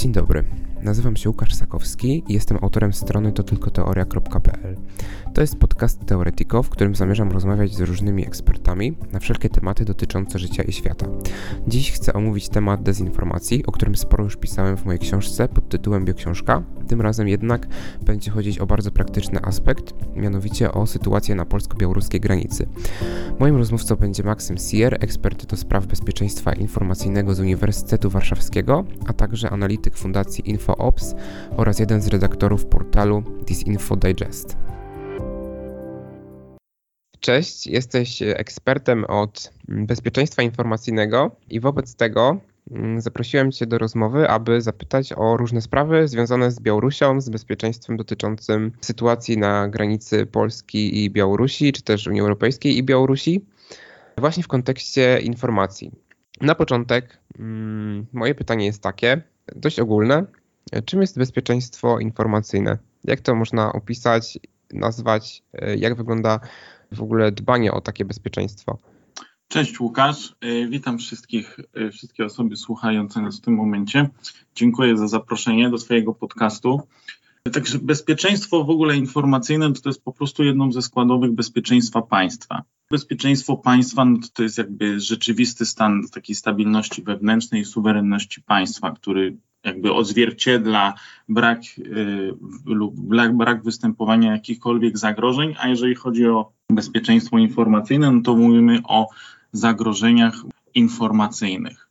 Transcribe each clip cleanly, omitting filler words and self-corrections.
Dzień dobry, nazywam się Łukasz Sakowski i jestem autorem strony totylkoteoria.pl. To jest podcast Teoretiko, w którym zamierzam rozmawiać z różnymi ekspertami na wszelkie tematy dotyczące życia i świata. Dziś chcę omówić temat dezinformacji, o którym sporo już pisałem w mojej książce pod tytułem Bioksiążka. Tym razem jednak będzie chodzić o bardzo praktyczny aspekt, mianowicie o sytuację na polsko-białoruskiej granicy. Moim rozmówcą będzie Maksym Sier, ekspert do spraw bezpieczeństwa informacyjnego z Uniwersytetu Warszawskiego, a także analityk Fundacji InfoOps oraz jeden z redaktorów portalu Disinfo Digest. Cześć, jesteś ekspertem od bezpieczeństwa informacyjnego i wobec tego zaprosiłem Cię do rozmowy, aby zapytać o różne sprawy związane z Białorusią, z bezpieczeństwem dotyczącym sytuacji na granicy Polski i Białorusi, czy też Unii Europejskiej i Białorusi, właśnie w kontekście informacji. Na początek moje pytanie jest takie, dość ogólne. Czym jest bezpieczeństwo informacyjne? Jak to można opisać, nazwać? Jak wygląda w ogóle dbanie o takie bezpieczeństwo? Cześć Łukasz, witam wszystkie osoby słuchające nas w tym momencie. Dziękuję za zaproszenie do swojego podcastu. Także bezpieczeństwo w ogóle informacyjne to jest po prostu jedną ze składowych bezpieczeństwa państwa. Bezpieczeństwo państwa to jest jakby rzeczywisty stan takiej stabilności wewnętrznej i suwerenności państwa, który jakby odzwierciedla brak występowania jakichkolwiek zagrożeń, a jeżeli chodzi o bezpieczeństwo informacyjne, no to mówimy o zagrożeniach informacyjnych.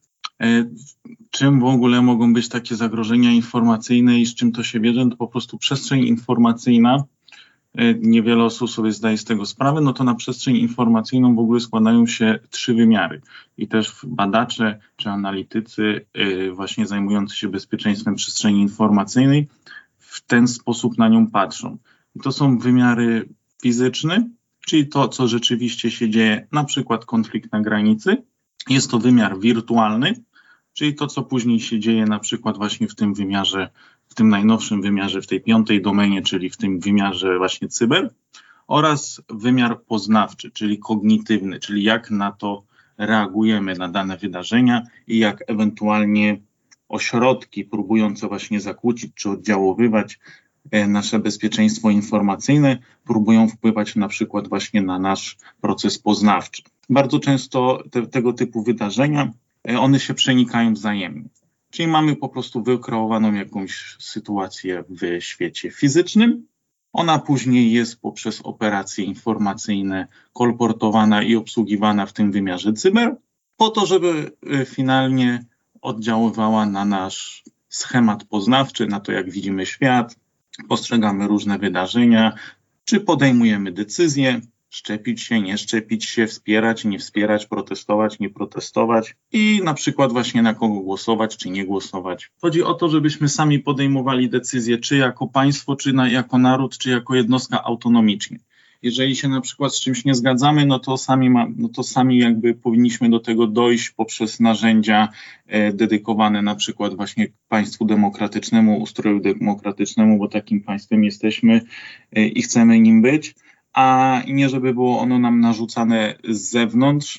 Czym w ogóle mogą być takie zagrożenia informacyjne i z czym to się bierze? To po prostu przestrzeń informacyjna. Niewiele osób sobie zdaje z tego sprawę, no to na przestrzeń informacyjną w ogóle składają się 3 wymiary i też badacze czy analitycy właśnie zajmujący się bezpieczeństwem przestrzeni informacyjnej w ten sposób na nią patrzą. I to są wymiary fizyczny, czyli to, co rzeczywiście się dzieje, na przykład konflikt na granicy. Jest to wymiar wirtualny, czyli to, co później się dzieje na przykład właśnie w tym wymiarze, w tym najnowszym wymiarze, w tej 5. domenie, czyli w tym wymiarze właśnie cyber, oraz wymiar poznawczy, czyli kognitywny, czyli jak na to reagujemy na dane wydarzenia i jak ewentualnie ośrodki próbujące właśnie zakłócić czy oddziaływać nasze bezpieczeństwo informacyjne, próbują wpływać na przykład właśnie na nasz proces poznawczy. Bardzo często tego typu wydarzenia, one się przenikają wzajemnie. Czyli mamy po prostu wykreowaną jakąś sytuację w świecie fizycznym. Ona później jest poprzez operacje informacyjne kolportowana i obsługiwana w tym wymiarze cyber, po to, żeby finalnie oddziaływała na nasz schemat poznawczy, na to, jak widzimy świat, postrzegamy różne wydarzenia, czy podejmujemy decyzje, szczepić się, nie szczepić się, wspierać, nie wspierać, protestować, nie protestować i na przykład właśnie na kogo głosować, czy nie głosować. Chodzi o to, żebyśmy sami podejmowali decyzje, czy jako państwo, czy jako naród, czy jako jednostka autonomicznie. Jeżeli się na przykład z czymś nie zgadzamy, no to sami jakby powinniśmy do tego dojść poprzez narzędzia dedykowane na przykład właśnie państwu demokratycznemu, ustroju demokratycznemu, bo takim państwem jesteśmy i chcemy nim być, a nie żeby było ono nam narzucane z zewnątrz,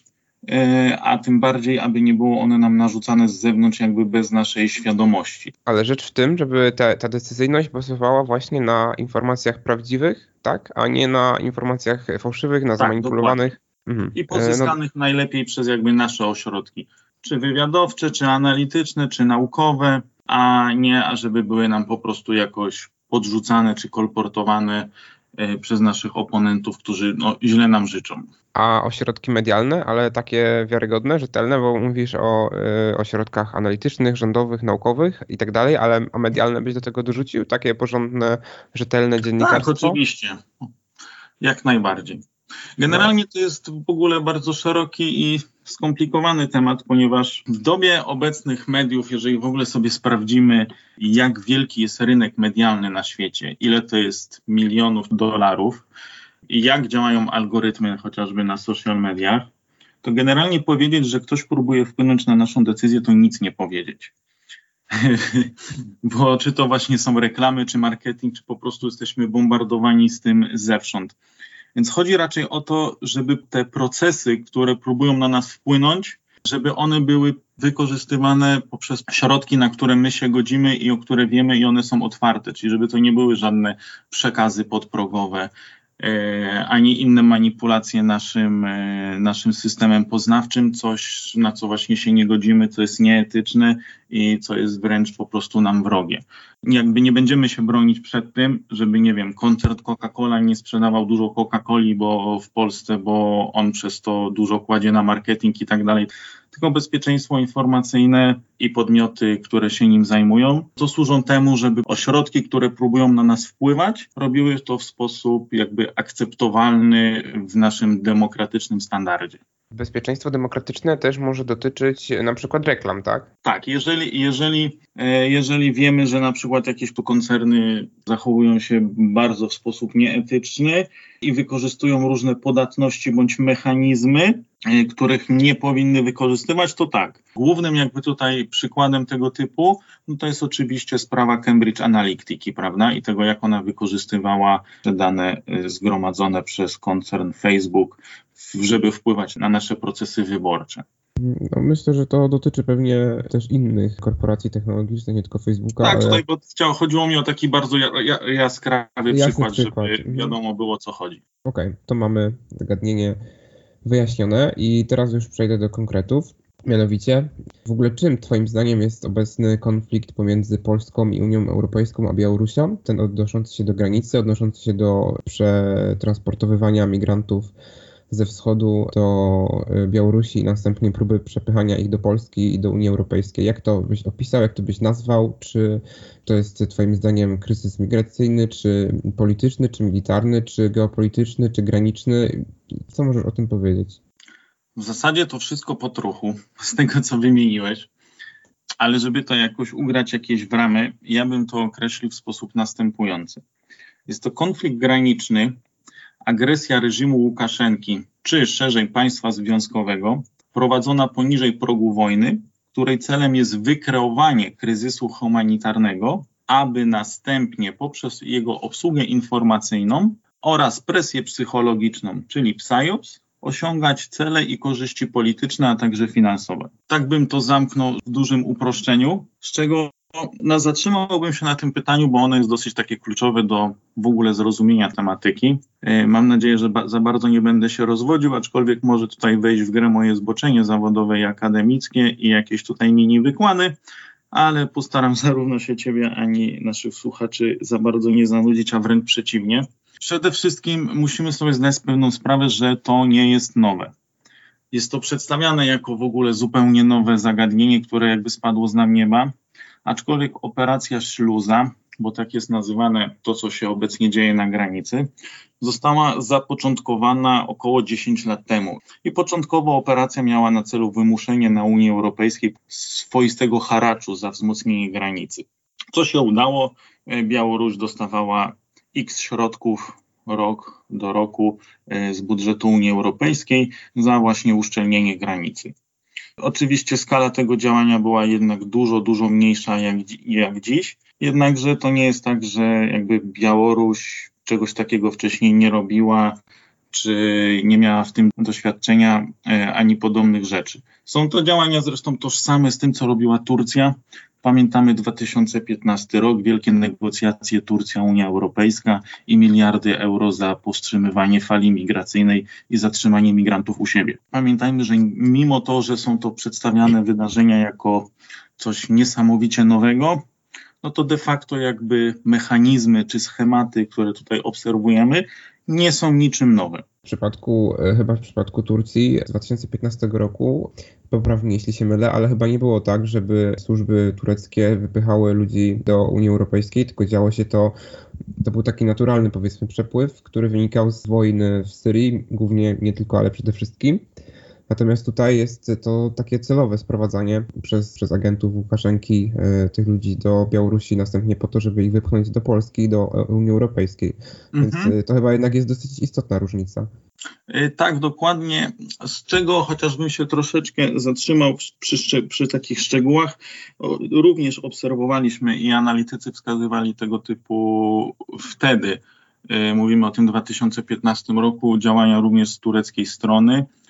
a tym bardziej, aby nie było one nam narzucane z zewnątrz jakby bez naszej świadomości. Ale rzecz w tym, żeby ta decyzyjność bazowała właśnie na informacjach prawdziwych, tak? A nie na informacjach fałszywych, na zmanipulowanych. I pozyskanych najlepiej przez jakby nasze ośrodki, czy wywiadowcze, czy analityczne, czy naukowe, a nie ażeby były nam po prostu jakoś podrzucane, czy kolportowane przez naszych oponentów, którzy źle nam życzą. A ośrodki medialne, ale takie wiarygodne, rzetelne, bo mówisz o ośrodkach analitycznych, rządowych, naukowych i tak dalej, a medialne byś do tego dorzucił? Takie porządne, rzetelne dziennikarstwo? Tak, oczywiście. Jak najbardziej. Generalnie to jest w ogóle bardzo szeroki i skomplikowany temat, ponieważ w dobie obecnych mediów, jeżeli w ogóle sobie sprawdzimy, jak wielki jest rynek medialny na świecie, ile to jest milionów dolarów i jak działają algorytmy chociażby na social mediach, to generalnie powiedzieć, że ktoś próbuje wpłynąć na naszą decyzję, to nic nie powiedzieć. Bo czy to właśnie są reklamy, czy marketing, czy po prostu jesteśmy bombardowani z tym zewsząd. Więc chodzi raczej o to, żeby te procesy, które próbują na nas wpłynąć, żeby one były wykorzystywane poprzez środki, na które my się godzimy i o które wiemy i one są otwarte, czyli żeby to nie były żadne przekazy podprogowe, ani inne manipulacje naszym systemem poznawczym, coś na co właśnie się nie godzimy, co jest nieetyczne i co jest wręcz po prostu nam wrogie. Jakby nie będziemy się bronić przed tym, żeby, nie wiem, koncern Coca-Cola nie sprzedawał dużo Coca-Coli, bo w Polsce, bo on przez to dużo kładzie na marketing i tak dalej. Tylko bezpieczeństwo informacyjne i podmioty, które się nim zajmują, to służą temu, żeby ośrodki, które próbują na nas wpływać, robiły to w sposób jakby akceptowalny w naszym demokratycznym standardzie. Bezpieczeństwo demokratyczne też może dotyczyć na przykład reklam, tak? Tak, jeżeli wiemy, że na przykład jakieś tu koncerny zachowują się bardzo w sposób nieetyczny i wykorzystują różne podatności bądź mechanizmy, których nie powinny wykorzystywać, to tak. Głównym jakby tutaj przykładem tego typu, no to jest oczywiście sprawa Cambridge Analytica, prawda? I tego, jak ona wykorzystywała te dane zgromadzone przez koncern Facebook, żeby wpływać na nasze procesy wyborcze. No, myślę, że to dotyczy pewnie też innych korporacji technologicznych, nie tylko Facebooka. Tak, ale... tutaj chodziło mi o taki bardzo jaskrawy przykład, żeby wiadomo było, o co chodzi. Okej, to mamy zagadnienie wyjaśnione i teraz już przejdę do konkretów. Mianowicie, w ogóle czym Twoim zdaniem jest obecny konflikt pomiędzy Polską i Unią Europejską a Białorusią? Ten odnoszący się do granicy, odnoszący się do przetransportowywania migrantów ze wschodu do Białorusi i następnie próby przepychania ich do Polski i do Unii Europejskiej. Jak to byś opisał, jak to byś nazwał? Czy to jest Twoim zdaniem kryzys migracyjny, czy polityczny, czy militarny, czy geopolityczny, czy graniczny? Co możesz o tym powiedzieć? W zasadzie to wszystko po trochu, z tego co wymieniłeś, ale żeby to jakoś ugrać jakieś w ramy, ja bym to określił w sposób następujący. Jest to konflikt graniczny, agresja reżimu Łukaszenki, czy szerzej państwa związkowego, prowadzona poniżej progu wojny, której celem jest wykreowanie kryzysu humanitarnego, aby następnie poprzez jego obsługę informacyjną oraz presję psychologiczną, czyli psyops, osiągać cele i korzyści polityczne, a także finansowe. Tak bym to zamknął w dużym uproszczeniu, z czego zatrzymałbym się na tym pytaniu, bo ono jest dosyć takie kluczowe do w ogóle zrozumienia tematyki. Mam nadzieję, że za bardzo nie będę się rozwodził, aczkolwiek może tutaj wejść w grę moje zboczenie zawodowe i akademickie i jakieś tutaj mini wykłady, ale postaram zarówno się Ciebie, ani naszych słuchaczy za bardzo nie zanudzić, a wręcz przeciwnie. Przede wszystkim musimy sobie zdać pewną sprawę, że to nie jest nowe. Jest to przedstawiane jako w ogóle zupełnie nowe zagadnienie, które jakby spadło z nieba, aczkolwiek operacja Śluza, bo tak jest nazywane to, co się obecnie dzieje na granicy, została zapoczątkowana około 10 lat temu. I początkowo operacja miała na celu wymuszenie na Unii Europejskiej swoistego haraczu za wzmocnienie granicy. Co się udało? Białoruś dostawała X środków rok do roku z budżetu Unii Europejskiej za właśnie uszczelnienie granicy. Oczywiście skala tego działania była jednak dużo mniejsza jak dziś, jednakże to nie jest tak, że jakby Białoruś czegoś takiego wcześniej nie robiła, czy nie miała w tym doświadczenia ani podobnych rzeczy. Są to działania zresztą tożsame z tym, co robiła Turcja. Pamiętamy 2015 rok, wielkie negocjacje Turcja-Unia Europejska i miliardy euro za powstrzymywanie fali migracyjnej i zatrzymanie migrantów u siebie. Pamiętajmy, że mimo to, że są to przedstawiane wydarzenia jako coś niesamowicie nowego, no to de facto jakby mechanizmy czy schematy, które tutaj obserwujemy, nie są niczym nowe. Chyba w przypadku Turcji z 2015 roku, poprawnie jeśli się mylę, ale chyba nie było tak, żeby służby tureckie wypychały ludzi do Unii Europejskiej, tylko działo się to był taki naturalny, powiedzmy, przepływ, który wynikał z wojny w Syrii, głównie, nie tylko, ale przede wszystkim. Natomiast tutaj jest to takie celowe sprowadzanie przez agentów Łukaszenki tych ludzi do Białorusi, następnie po to, żeby ich wypchnąć do Polski i do Unii Europejskiej. Więc to chyba jednak jest dosyć istotna różnica. Tak, dokładnie, z czego chociażbym się troszeczkę zatrzymał przy takich szczegółach. Również obserwowaliśmy i analitycy wskazywali tego typu wtedy, mówimy o tym 2015 roku, działania również z tureckiej strony.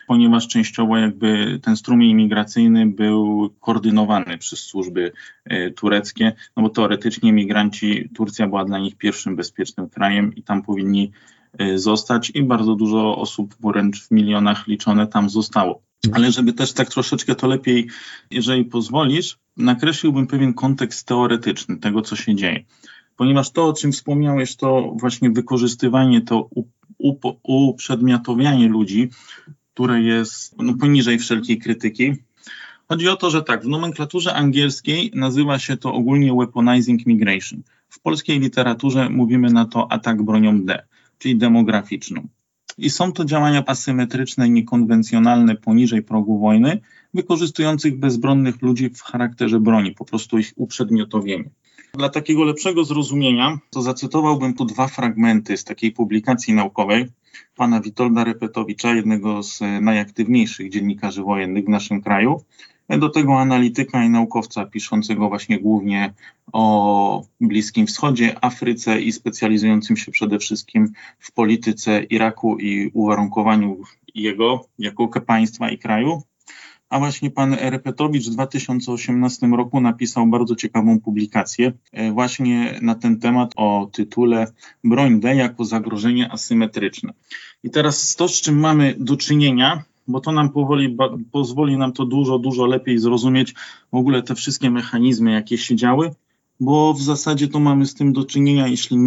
ponieważ częściowo jakby ten strumień migracyjny był koordynowany przez służby tureckie, no bo teoretycznie migranci, Turcja była dla nich pierwszym bezpiecznym krajem i tam powinni zostać i bardzo dużo osób, wręcz w milionach liczone, tam zostało. Ale żeby też tak troszeczkę to lepiej, jeżeli pozwolisz, nakreśliłbym pewien kontekst teoretyczny tego, co się dzieje. Ponieważ to, o czym wspomniałeś, to właśnie wykorzystywanie, to uprzedmiotowianie ludzi, które jest poniżej wszelkiej krytyki. Chodzi o to, że tak, w nomenklaturze angielskiej nazywa się to ogólnie weaponizing migration. W polskiej literaturze mówimy na to atak bronią D, czyli demograficzną. I są to działania asymetryczne, niekonwencjonalne poniżej progu wojny, wykorzystujących bezbronnych ludzi w charakterze broni, po prostu ich uprzedmiotowienie. Dla takiego lepszego zrozumienia to zacytowałbym tu 2 fragmenty z takiej publikacji naukowej pana Witolda Repetowicza, jednego z najaktywniejszych dziennikarzy wojennych w naszym kraju, do tego analityka i naukowca piszącego właśnie głównie o Bliskim Wschodzie, Afryce i specjalizującym się przede wszystkim w polityce Iraku i uwarunkowaniu jego jako państwa i kraju. A właśnie pan Repetowicz w 2018 roku napisał bardzo ciekawą publikację właśnie na ten temat o tytule Broń D jako zagrożenie asymetryczne. I teraz to, z czym mamy do czynienia, bo to nam pozwoli nam to dużo lepiej zrozumieć w ogóle te wszystkie mechanizmy, jakie się działy, bo w zasadzie to mamy z tym do czynienia, jeśli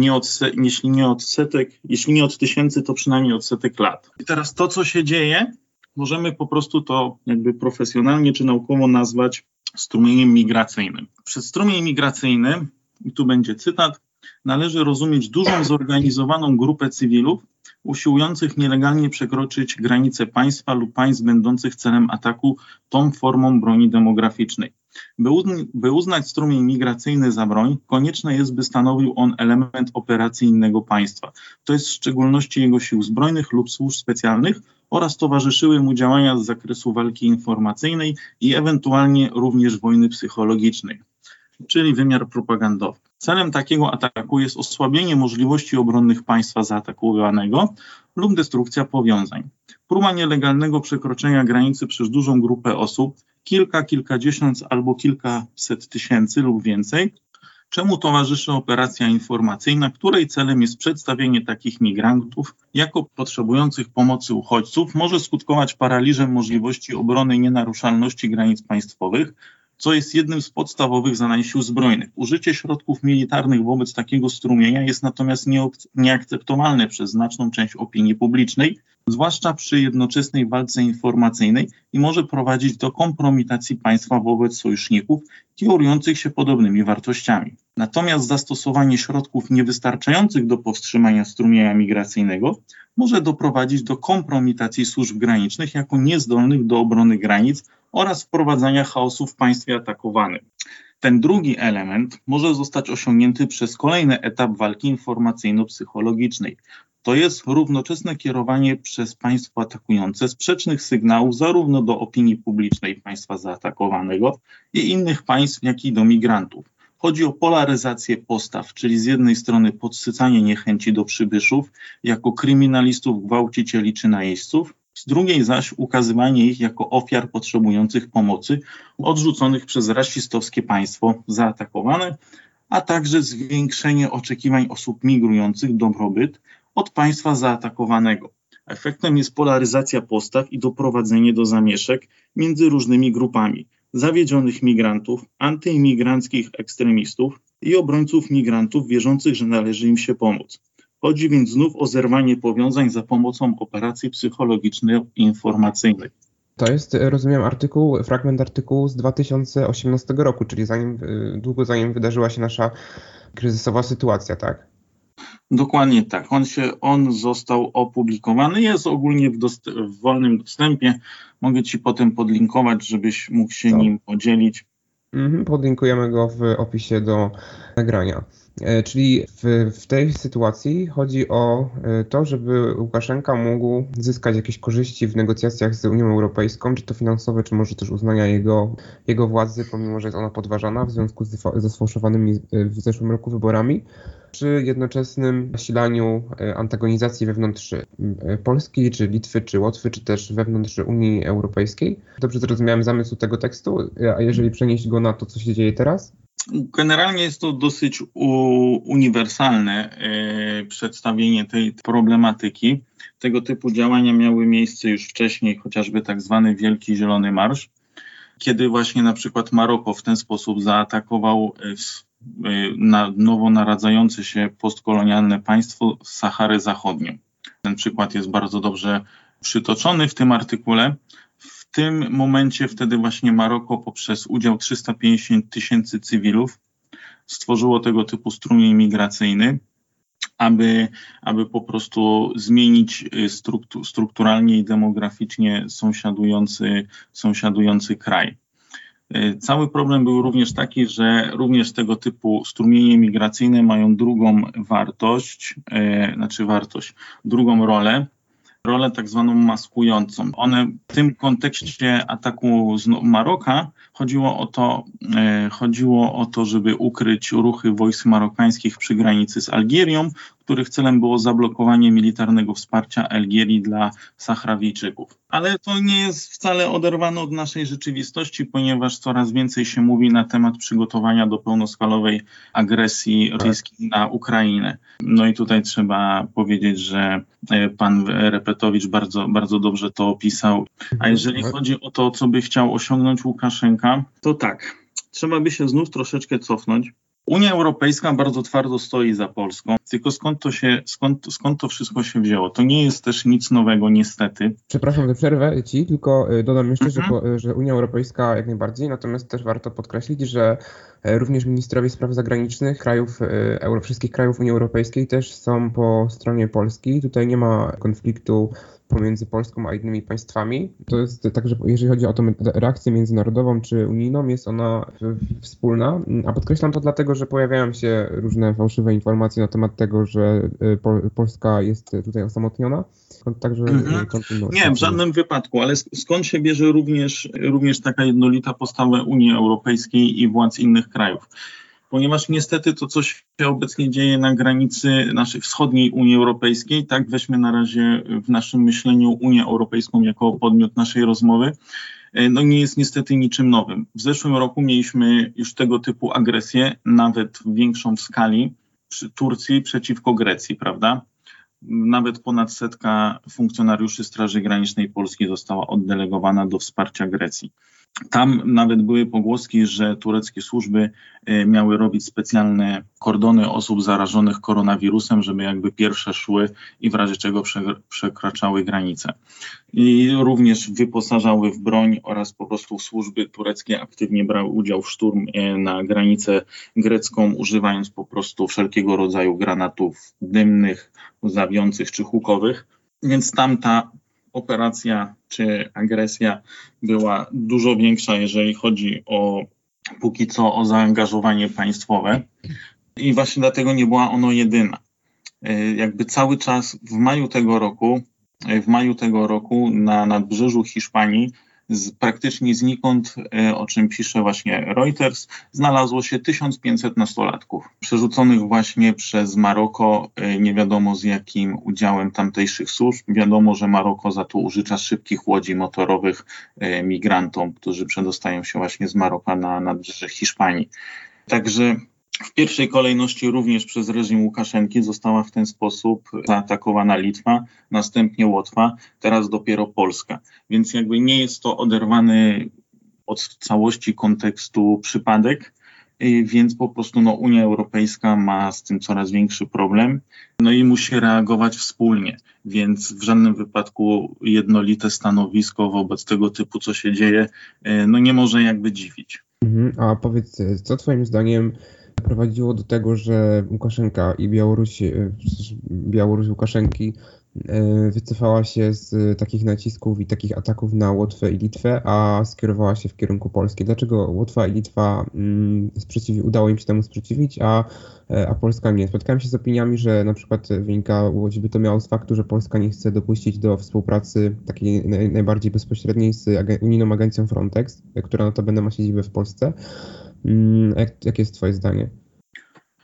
nie od tysięcy, to przynajmniej od setek lat. I teraz to, co się dzieje, możemy po prostu to jakby profesjonalnie czy naukowo nazwać strumieniem migracyjnym. Przez strumień migracyjny, i tu będzie cytat, należy rozumieć dużą zorganizowaną grupę cywilów usiłujących nielegalnie przekroczyć granice państwa lub państw będących celem ataku tą formą broni demograficznej. By uznać strumień migracyjny za broń, konieczne jest, by stanowił on element operacji innego państwa, to jest w szczególności jego sił zbrojnych lub służb specjalnych, oraz towarzyszyły mu działania z zakresu walki informacyjnej i ewentualnie również wojny psychologicznej, czyli wymiar propagandowy. Celem takiego ataku jest osłabienie możliwości obronnych państwa zaatakowanego lub destrukcja powiązań. Próba nielegalnego przekroczenia granicy przez dużą grupę osób, kilkadziesiąt albo kilkaset tysięcy lub więcej, czemu towarzyszy operacja informacyjna, której celem jest przedstawienie takich migrantów jako potrzebujących pomocy uchodźców, może skutkować paraliżem możliwości obrony i nienaruszalności granic państwowych, co jest jednym z podstawowych zadań sił zbrojnych. Użycie środków militarnych wobec takiego strumienia jest natomiast nieakceptowalne przez znaczną część opinii publicznej, zwłaszcza przy jednoczesnej walce informacyjnej i może prowadzić do kompromitacji państwa wobec sojuszników kierujących się podobnymi wartościami. Natomiast zastosowanie środków niewystarczających do powstrzymania strumienia migracyjnego może doprowadzić do kompromitacji służb granicznych jako niezdolnych do obrony granic oraz wprowadzania chaosu w państwie atakowanym. Ten drugi element może zostać osiągnięty przez kolejny etap walki informacyjno-psychologicznej. To jest równoczesne kierowanie przez państwo atakujące sprzecznych sygnałów zarówno do opinii publicznej państwa zaatakowanego i innych państw, jak i do migrantów. Chodzi o polaryzację postaw, czyli z jednej strony podsycanie niechęci do przybyszów jako kryminalistów, gwałcicieli czy najeźdźców, z drugiej zaś ukazywanie ich jako ofiar potrzebujących pomocy, odrzuconych przez rasistowskie państwo zaatakowane, a także zwiększenie oczekiwań osób migrujących dobrobyt od państwa zaatakowanego. Efektem jest polaryzacja postaw i doprowadzenie do zamieszek między różnymi grupami zawiedzionych migrantów, antyimigranckich ekstremistów i obrońców migrantów wierzących, że należy im się pomóc. Chodzi więc znów o zerwanie powiązań za pomocą operacji psychologiczno-informacyjnych. To jest, rozumiem, fragment artykułu z 2018 roku, czyli długo zanim wydarzyła się nasza kryzysowa sytuacja, tak? Dokładnie tak. On został opublikowany, jest ogólnie w wolnym dostępie. Mogę Ci potem podlinkować, żebyś mógł się nim podzielić. Podlinkujemy go w opisie do nagrania. Czyli w tej sytuacji chodzi o to, żeby Łukaszenka mógł zyskać jakieś korzyści w negocjacjach z Unią Europejską, czy to finansowe, czy może też uznania jego władzy, pomimo że jest ona podważana w związku ze sfałszowanymi w zeszłym roku wyborami. przy jednoczesnym nasilaniu antagonizacji wewnątrz Polski, czy Litwy, czy Łotwy, czy też wewnątrz Unii Europejskiej. Dobrze zrozumiałem zamysł tego tekstu, a jeżeli przenieść go na to, co się dzieje teraz? Generalnie jest to dosyć uniwersalne przedstawienie tej problematyki. Tego typu działania miały miejsce już wcześniej, chociażby tak zwany Wielki Zielony Marsz, kiedy właśnie na przykład Maroko w ten sposób zaatakował nowo naradzające się postkolonialne państwo Saharę Zachodnią. Ten przykład jest bardzo dobrze przytoczony w tym artykule. W tym momencie wtedy właśnie Maroko poprzez udział 350 000 cywilów stworzyło tego typu strumień migracyjny, aby po prostu zmienić strukturalnie i demograficznie sąsiadujący kraj. Cały problem był również taki, że również tego typu strumienie migracyjne mają drugą drugą rolę tak zwaną maskującą. One w tym kontekście ataku z Maroka chodziło o to, żeby ukryć ruchy wojsk marokańskich przy granicy z Algierią, których celem było zablokowanie militarnego wsparcia Algierii dla Sahrawijczyków. Ale to nie jest wcale oderwane od naszej rzeczywistości, ponieważ coraz więcej się mówi na temat przygotowania do pełnoskalowej agresji rosyjskiej na Ukrainę. No i tutaj trzeba powiedzieć, że pan Repetowicz bardzo, bardzo dobrze to opisał. A jeżeli chodzi o to, co by chciał osiągnąć Łukaszenka, to tak, trzeba by się znów troszeczkę cofnąć. Unia Europejska bardzo twardo stoi za Polską, tylko skąd to wszystko się wzięło? To nie jest też nic nowego, niestety. Przepraszam za przerwę ci, tylko dodam jeszcze, że Unia Europejska jak najbardziej, natomiast też warto podkreślić, że również ministrowie spraw zagranicznych wszystkich krajów Unii Europejskiej też są po stronie Polski. Tutaj nie ma konfliktu pomiędzy Polską a innymi państwami. To jest tak, że jeżeli chodzi o tę reakcję międzynarodową czy unijną, jest ona wspólna. A podkreślam to dlatego, że pojawiają się różne fałszywe informacje na temat tego, że Polska jest tutaj osamotniona. Także Nie, w żadnym wypadku, ale skąd się bierze również taka jednolita postawa Unii Europejskiej i władz innych krajów? Ponieważ niestety to, co się obecnie dzieje na granicy naszej wschodniej Unii Europejskiej, tak weźmy na razie w naszym myśleniu Unię Europejską jako podmiot naszej rozmowy, no nie jest niestety niczym nowym. W zeszłym roku mieliśmy już tego typu agresję, nawet większą w skali, przy Turcji przeciwko Grecji, prawda? Nawet ponad 100 funkcjonariuszy Straży Granicznej Polski została oddelegowana do wsparcia Grecji. Tam nawet były pogłoski, że tureckie służby miały robić specjalne kordony osób zarażonych koronawirusem, żeby jakby pierwsze szły i w razie czego przekraczały granice. I również wyposażały w broń oraz po prostu służby tureckie aktywnie brały udział w szturmie na granicę grecką, używając po prostu wszelkiego rodzaju granatów dymnych, łzawiących czy hukowych. Więc tamta operacja czy agresja była dużo większa, jeżeli chodzi póki co o zaangażowanie państwowe. I właśnie dlatego nie była ono jedyna. Jakby cały czas w maju tego roku na nadbrzeżu Hiszpanii praktycznie znikąd, o czym pisze właśnie Reuters, znalazło się 1500 nastolatków przerzuconych właśnie przez Maroko, nie wiadomo z jakim udziałem tamtejszych służb. Wiadomo, że Maroko za to użycza szybkich łodzi motorowych migrantom, którzy przedostają się właśnie z Maroka na nadbrzeże Hiszpanii. Także w pierwszej kolejności również przez reżim Łukaszenki została w ten sposób zaatakowana Litwa, następnie Łotwa, teraz dopiero Polska. Więc jakby nie jest to oderwany od całości kontekstu przypadek, więc po prostu Unia Europejska ma z tym coraz większy problem, i musi reagować wspólnie, więc w żadnym wypadku jednolite stanowisko wobec tego typu, co się dzieje, nie może jakby dziwić. A powiedz, co twoim zdaniem prowadziło do tego, że Łukaszenka i Białoruś Łukaszenki wycofała się z takich nacisków i takich ataków na Łotwę i Litwę, a skierowała się w kierunku Polski? Dlaczego Łotwa i Litwa udało im się temu sprzeciwić, a Polska nie? Spotkałem się z opiniami, że na przykład choćby to miało z faktu, że Polska nie chce dopuścić do współpracy takiej najbardziej bezpośredniej z unijną agencją Frontex, która notabene ma siedzibę w Polsce. Jakie jest twoje zdanie?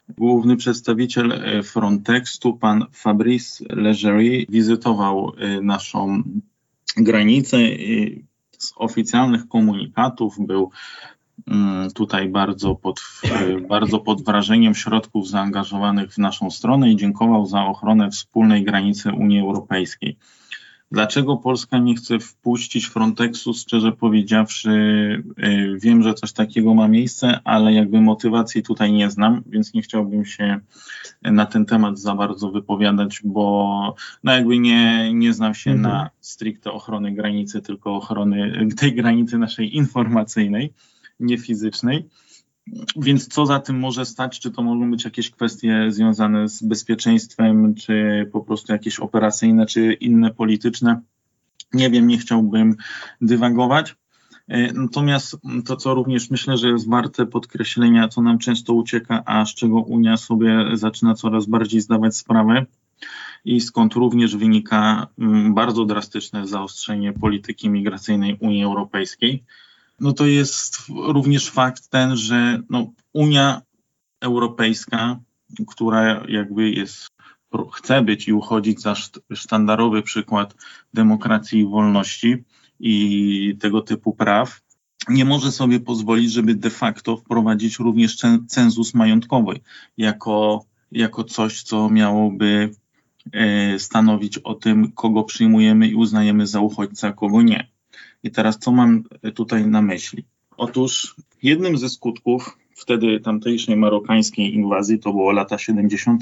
Główny przedstawiciel Frontexu, pan Fabrice Leggeri, wizytował naszą granicę. Z oficjalnych komunikatów był tutaj bardzo pod wrażeniem środków zaangażowanych w naszą stronę i dziękował za ochronę wspólnej granicy Unii Europejskiej. Dlaczego Polska nie chce wpuścić Frontexu? Szczerze powiedziawszy, wiem, że coś takiego ma miejsce, ale jakby motywacji tutaj nie znam, więc nie chciałbym się na ten temat za bardzo wypowiadać, bo jakby nie znam się na stricte ochrony granicy, tylko ochrony tej granicy naszej informacyjnej, nie fizycznej. Więc co za tym może stać? Czy to mogą być jakieś kwestie związane z bezpieczeństwem, czy po prostu jakieś operacyjne, czy inne polityczne? Nie wiem, nie chciałbym dywagować. Natomiast to, co również myślę, że jest warte podkreślenia, co nam często ucieka, a z czego Unia sobie zaczyna coraz bardziej zdawać sprawę i skąd również wynika bardzo drastyczne zaostrzenie polityki migracyjnej Unii Europejskiej, to jest również fakt ten, że Unia Europejska, która jakby chce być i uchodzić za sztandarowy przykład demokracji i wolności i tego typu praw, nie może sobie pozwolić, żeby de facto wprowadzić również cenzus majątkowy jako coś, co miałoby stanowić o tym, kogo przyjmujemy i uznajemy za uchodźcę, a kogo nie. I teraz co mam tutaj na myśli? Otóż jednym ze skutków wtedy tamtejszej marokańskiej inwazji, to było lata 70.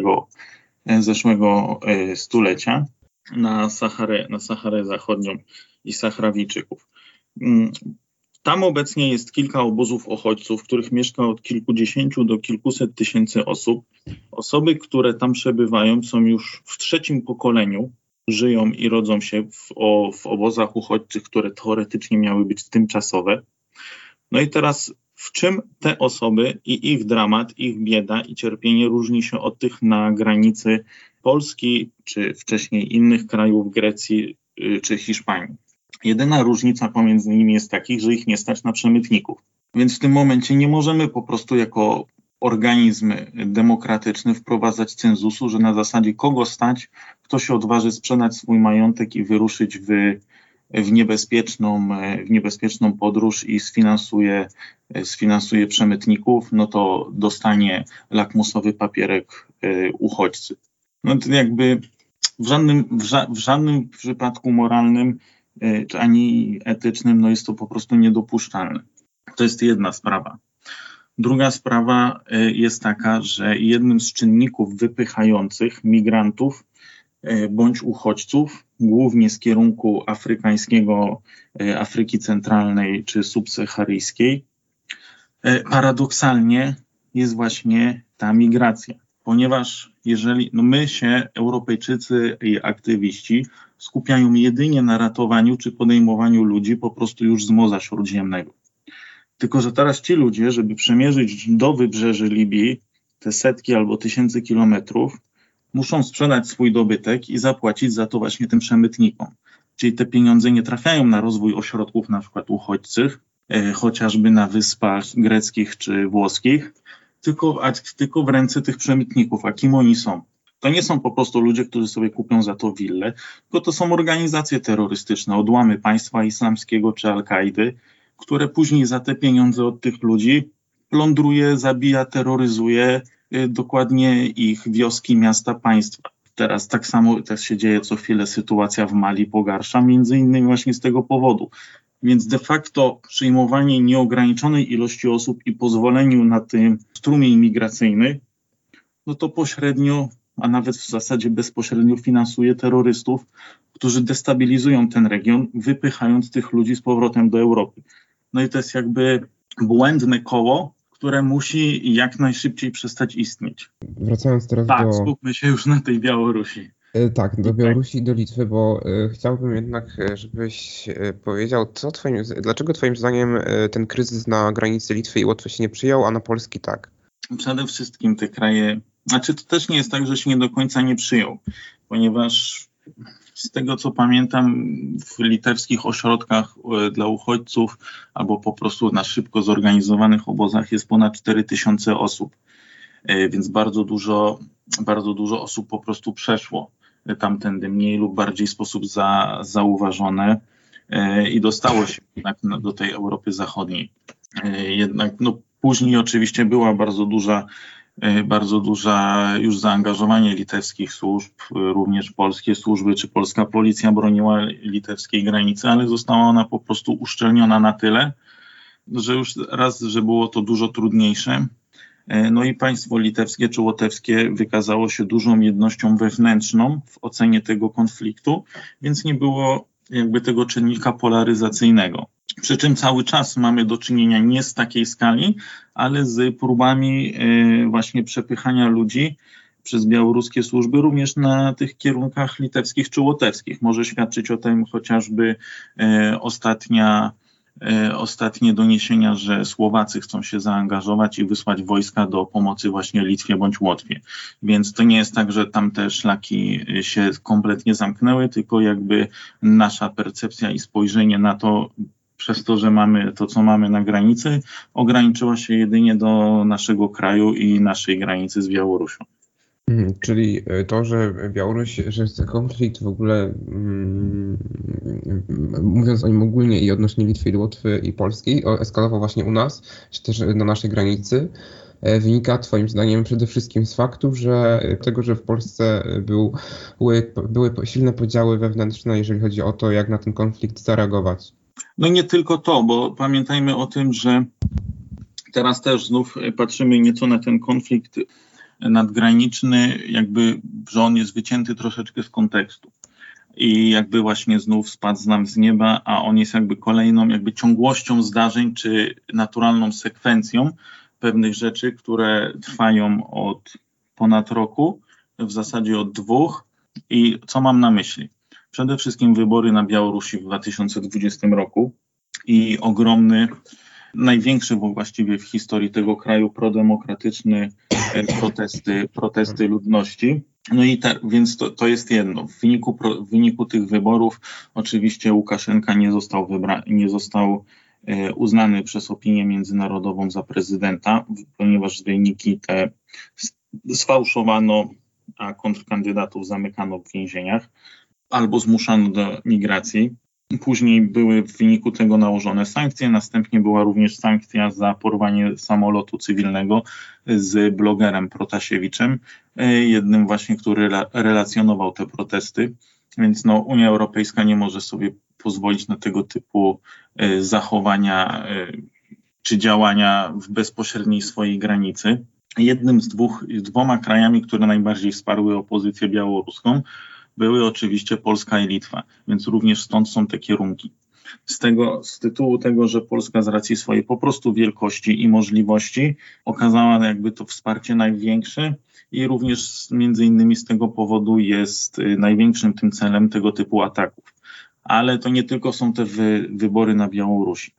zeszłego stulecia, na Saharę Zachodnią i Sahrawijczyków. Tam obecnie jest kilka obozów uchodźców, w których mieszka od kilkudziesięciu do kilkuset tysięcy osób. Osoby, które tam przebywają, są już w trzecim pokoleniu, żyją i rodzą się w obozach uchodźczych, które teoretycznie miały być tymczasowe. I teraz w czym te osoby i ich dramat, ich bieda i cierpienie różni się od tych na granicy Polski, czy wcześniej innych krajów, Grecji czy Hiszpanii? Jedyna różnica pomiędzy nimi jest taka, że ich nie stać na przemytników. Więc w tym momencie nie możemy po prostu jako organizm demokratyczny wprowadzać cenzusu, że na zasadzie kogo stać, kto się odważy sprzedać swój majątek i wyruszyć w niebezpieczną podróż i sfinansuje przemytników, to dostanie lakmusowy papierek uchodźcy. To jakby w żadnym przypadku moralnym czy ani etycznym jest to po prostu niedopuszczalne. To jest jedna sprawa. Druga sprawa jest taka, że jednym z czynników wypychających migrantów bądź uchodźców, głównie z kierunku afrykańskiego, Afryki Centralnej czy subsaharyjskiej, paradoksalnie jest właśnie ta migracja. Ponieważ jeżeli my się, Europejczycy i aktywiści, skupiają jedynie na ratowaniu czy podejmowaniu ludzi po prostu już z Morza Śródziemnego. Tylko że teraz ci ludzie, żeby przemierzyć do wybrzeży Libii te setki albo tysięcy kilometrów, muszą sprzedać swój dobytek i zapłacić za to właśnie tym przemytnikom. Czyli te pieniądze nie trafiają na rozwój ośrodków na przykład uchodźczych, chociażby na wyspach greckich czy włoskich, tylko w ręce tych przemytników. A kim oni są? To nie są po prostu ludzie, którzy sobie kupią za to willę, tylko to są organizacje terrorystyczne, odłamy państwa islamskiego czy Al-Kaidy, które później za te pieniądze od tych ludzi plądruje, zabija, terroryzuje dokładnie ich wioski, miasta, państwa. Teraz tak samo też się dzieje co chwilę, sytuacja w Mali pogarsza, między innymi właśnie z tego powodu. Więc de facto przyjmowanie nieograniczonej ilości osób i pozwoleniu na ten strumień migracyjny, to pośrednio, a nawet w zasadzie bezpośrednio finansuje terrorystów, którzy destabilizują ten region, wypychając tych ludzi z powrotem do Europy. I to jest jakby błędne koło, które musi jak najszybciej przestać istnieć. Wracając teraz skupmy się już na tej Białorusi. Tak, do Białorusi i do Litwy, bo chciałbym jednak, żebyś powiedział, dlaczego twoim zdaniem ten kryzys na granicy Litwy i Łotwy się nie przyjął, a na Polski tak? Przede wszystkim te kraje, to też nie jest tak, że się nie do końca nie przyjął, ponieważ z tego co pamiętam w litewskich ośrodkach dla uchodźców albo po prostu na szybko zorganizowanych obozach jest ponad 4000 osób. więc bardzo dużo osób po prostu przeszło tamtędy, mniej lub bardziej w sposób zauważony i dostało się jednak do tej Europy Zachodniej. Jednak później oczywiście była bardzo duża już zaangażowanie litewskich służb, również polskie służby, czy polska policja broniła litewskiej granicy, ale została ona po prostu uszczelniona na tyle, że już że było to dużo trudniejsze. No i państwo litewskie czy łotewskie wykazało się dużą jednością wewnętrzną w ocenie tego konfliktu, więc nie było jakby tego czynnika polaryzacyjnego. Przy czym cały czas mamy do czynienia nie z takiej skali, ale z próbami właśnie przepychania ludzi przez białoruskie służby również na tych kierunkach litewskich czy łotewskich. Może świadczyć o tym chociażby ostatnie doniesienia, że Słowacy chcą się zaangażować i wysłać wojska do pomocy właśnie Litwie bądź Łotwie. Więc to nie jest tak, że tam te szlaki się kompletnie zamknęły, tylko jakby nasza percepcja i spojrzenie na to, przez to, że mamy to, co mamy na granicy, ograniczyła się jedynie do naszego kraju i naszej granicy z Białorusią. Czyli to, że Białoruś, że ten konflikt w ogóle, mówiąc o nim ogólnie i odnośnie Litwy i Łotwy i Polski, eskalował właśnie u nas, czy też na naszej granicy, wynika twoim zdaniem przede wszystkim z faktu, że w Polsce były silne podziały wewnętrzne, jeżeli chodzi o to, jak na ten konflikt zareagować. No nie tylko to, bo pamiętajmy o tym, że teraz też znów patrzymy nieco na ten konflikt nadgraniczny, jakby, że on jest wycięty troszeczkę z kontekstu i jakby właśnie znów spadł nam z nieba, a on jest jakby kolejną jakby ciągłością zdarzeń czy naturalną sekwencją pewnych rzeczy, które trwają od ponad roku, w zasadzie od 2. I co mam na myśli? Przede wszystkim wybory na Białorusi w 2020 roku i największy właściwie w historii tego kraju prodemokratyczny protesty ludności. No i więc to jest jedno. W wyniku tych wyborów oczywiście Łukaszenka nie został uznany przez opinię międzynarodową za prezydenta, ponieważ wyniki te sfałszowano, a kontrkandydatów zamykano w więzieniach albo zmuszano do migracji. Później były w wyniku tego nałożone sankcje, następnie była również sankcja za porwanie samolotu cywilnego z blogerem Protasiewiczem, jednym właśnie, który relacjonował te protesty, więc Unia Europejska nie może sobie pozwolić na tego typu zachowania czy działania w bezpośredniej swojej granicy. Dwoma krajami, które najbardziej wsparły opozycję białoruską, były oczywiście Polska i Litwa, więc również stąd są te kierunki. Z tytułu tego, że Polska z racji swojej po prostu wielkości i możliwości okazała jakby to wsparcie największe i również między innymi z tego powodu jest największym tym celem tego typu ataków. Ale to nie tylko są te wybory na Białorusi.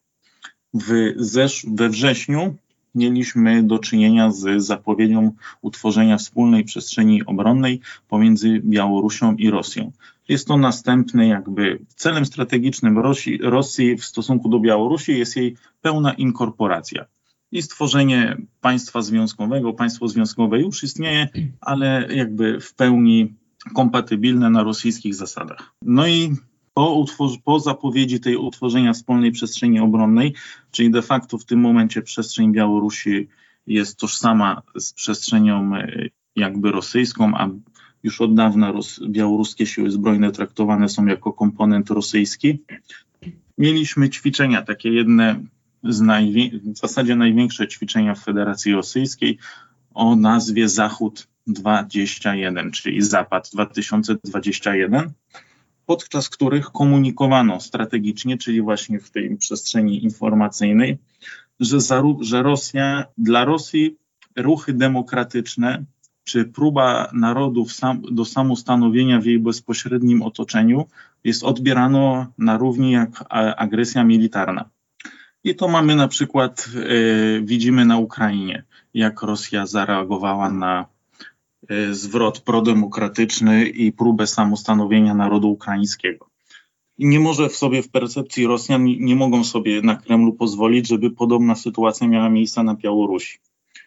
We wrześniu mieliśmy do czynienia z zapowiedzią utworzenia wspólnej przestrzeni obronnej pomiędzy Białorusią i Rosją. Jest to następny jakby celem strategicznym Rosji w stosunku do Białorusi jest jej pełna inkorporacja i stworzenie państwa związkowego. Państwo związkowe już istnieje, ale jakby w pełni kompatybilne na rosyjskich zasadach. No i po zapowiedzi tej utworzenia wspólnej przestrzeni obronnej, czyli de facto w tym momencie przestrzeń Białorusi jest tożsama z przestrzenią jakby rosyjską, a już od dawna białoruskie siły zbrojne traktowane są jako komponent rosyjski. Mieliśmy ćwiczenia, takie jedne w zasadzie największe ćwiczenia w Federacji Rosyjskiej o nazwie Zachód 21, czyli Zapad 2021. Podczas których komunikowano strategicznie, czyli właśnie w tej przestrzeni informacyjnej, że dla Rosji ruchy demokratyczne czy próba narodów do samostanowienia w jej bezpośrednim otoczeniu jest odbierano na równi jak agresja militarna. I to mamy na przykład, widzimy na Ukrainie, jak Rosja zareagowała na zwrot prodemokratyczny i próbę samostanowienia narodu ukraińskiego. I nie może w percepcji Rosjan nie mogą sobie na Kremlu pozwolić, żeby podobna sytuacja miała miejsce na Białorusi.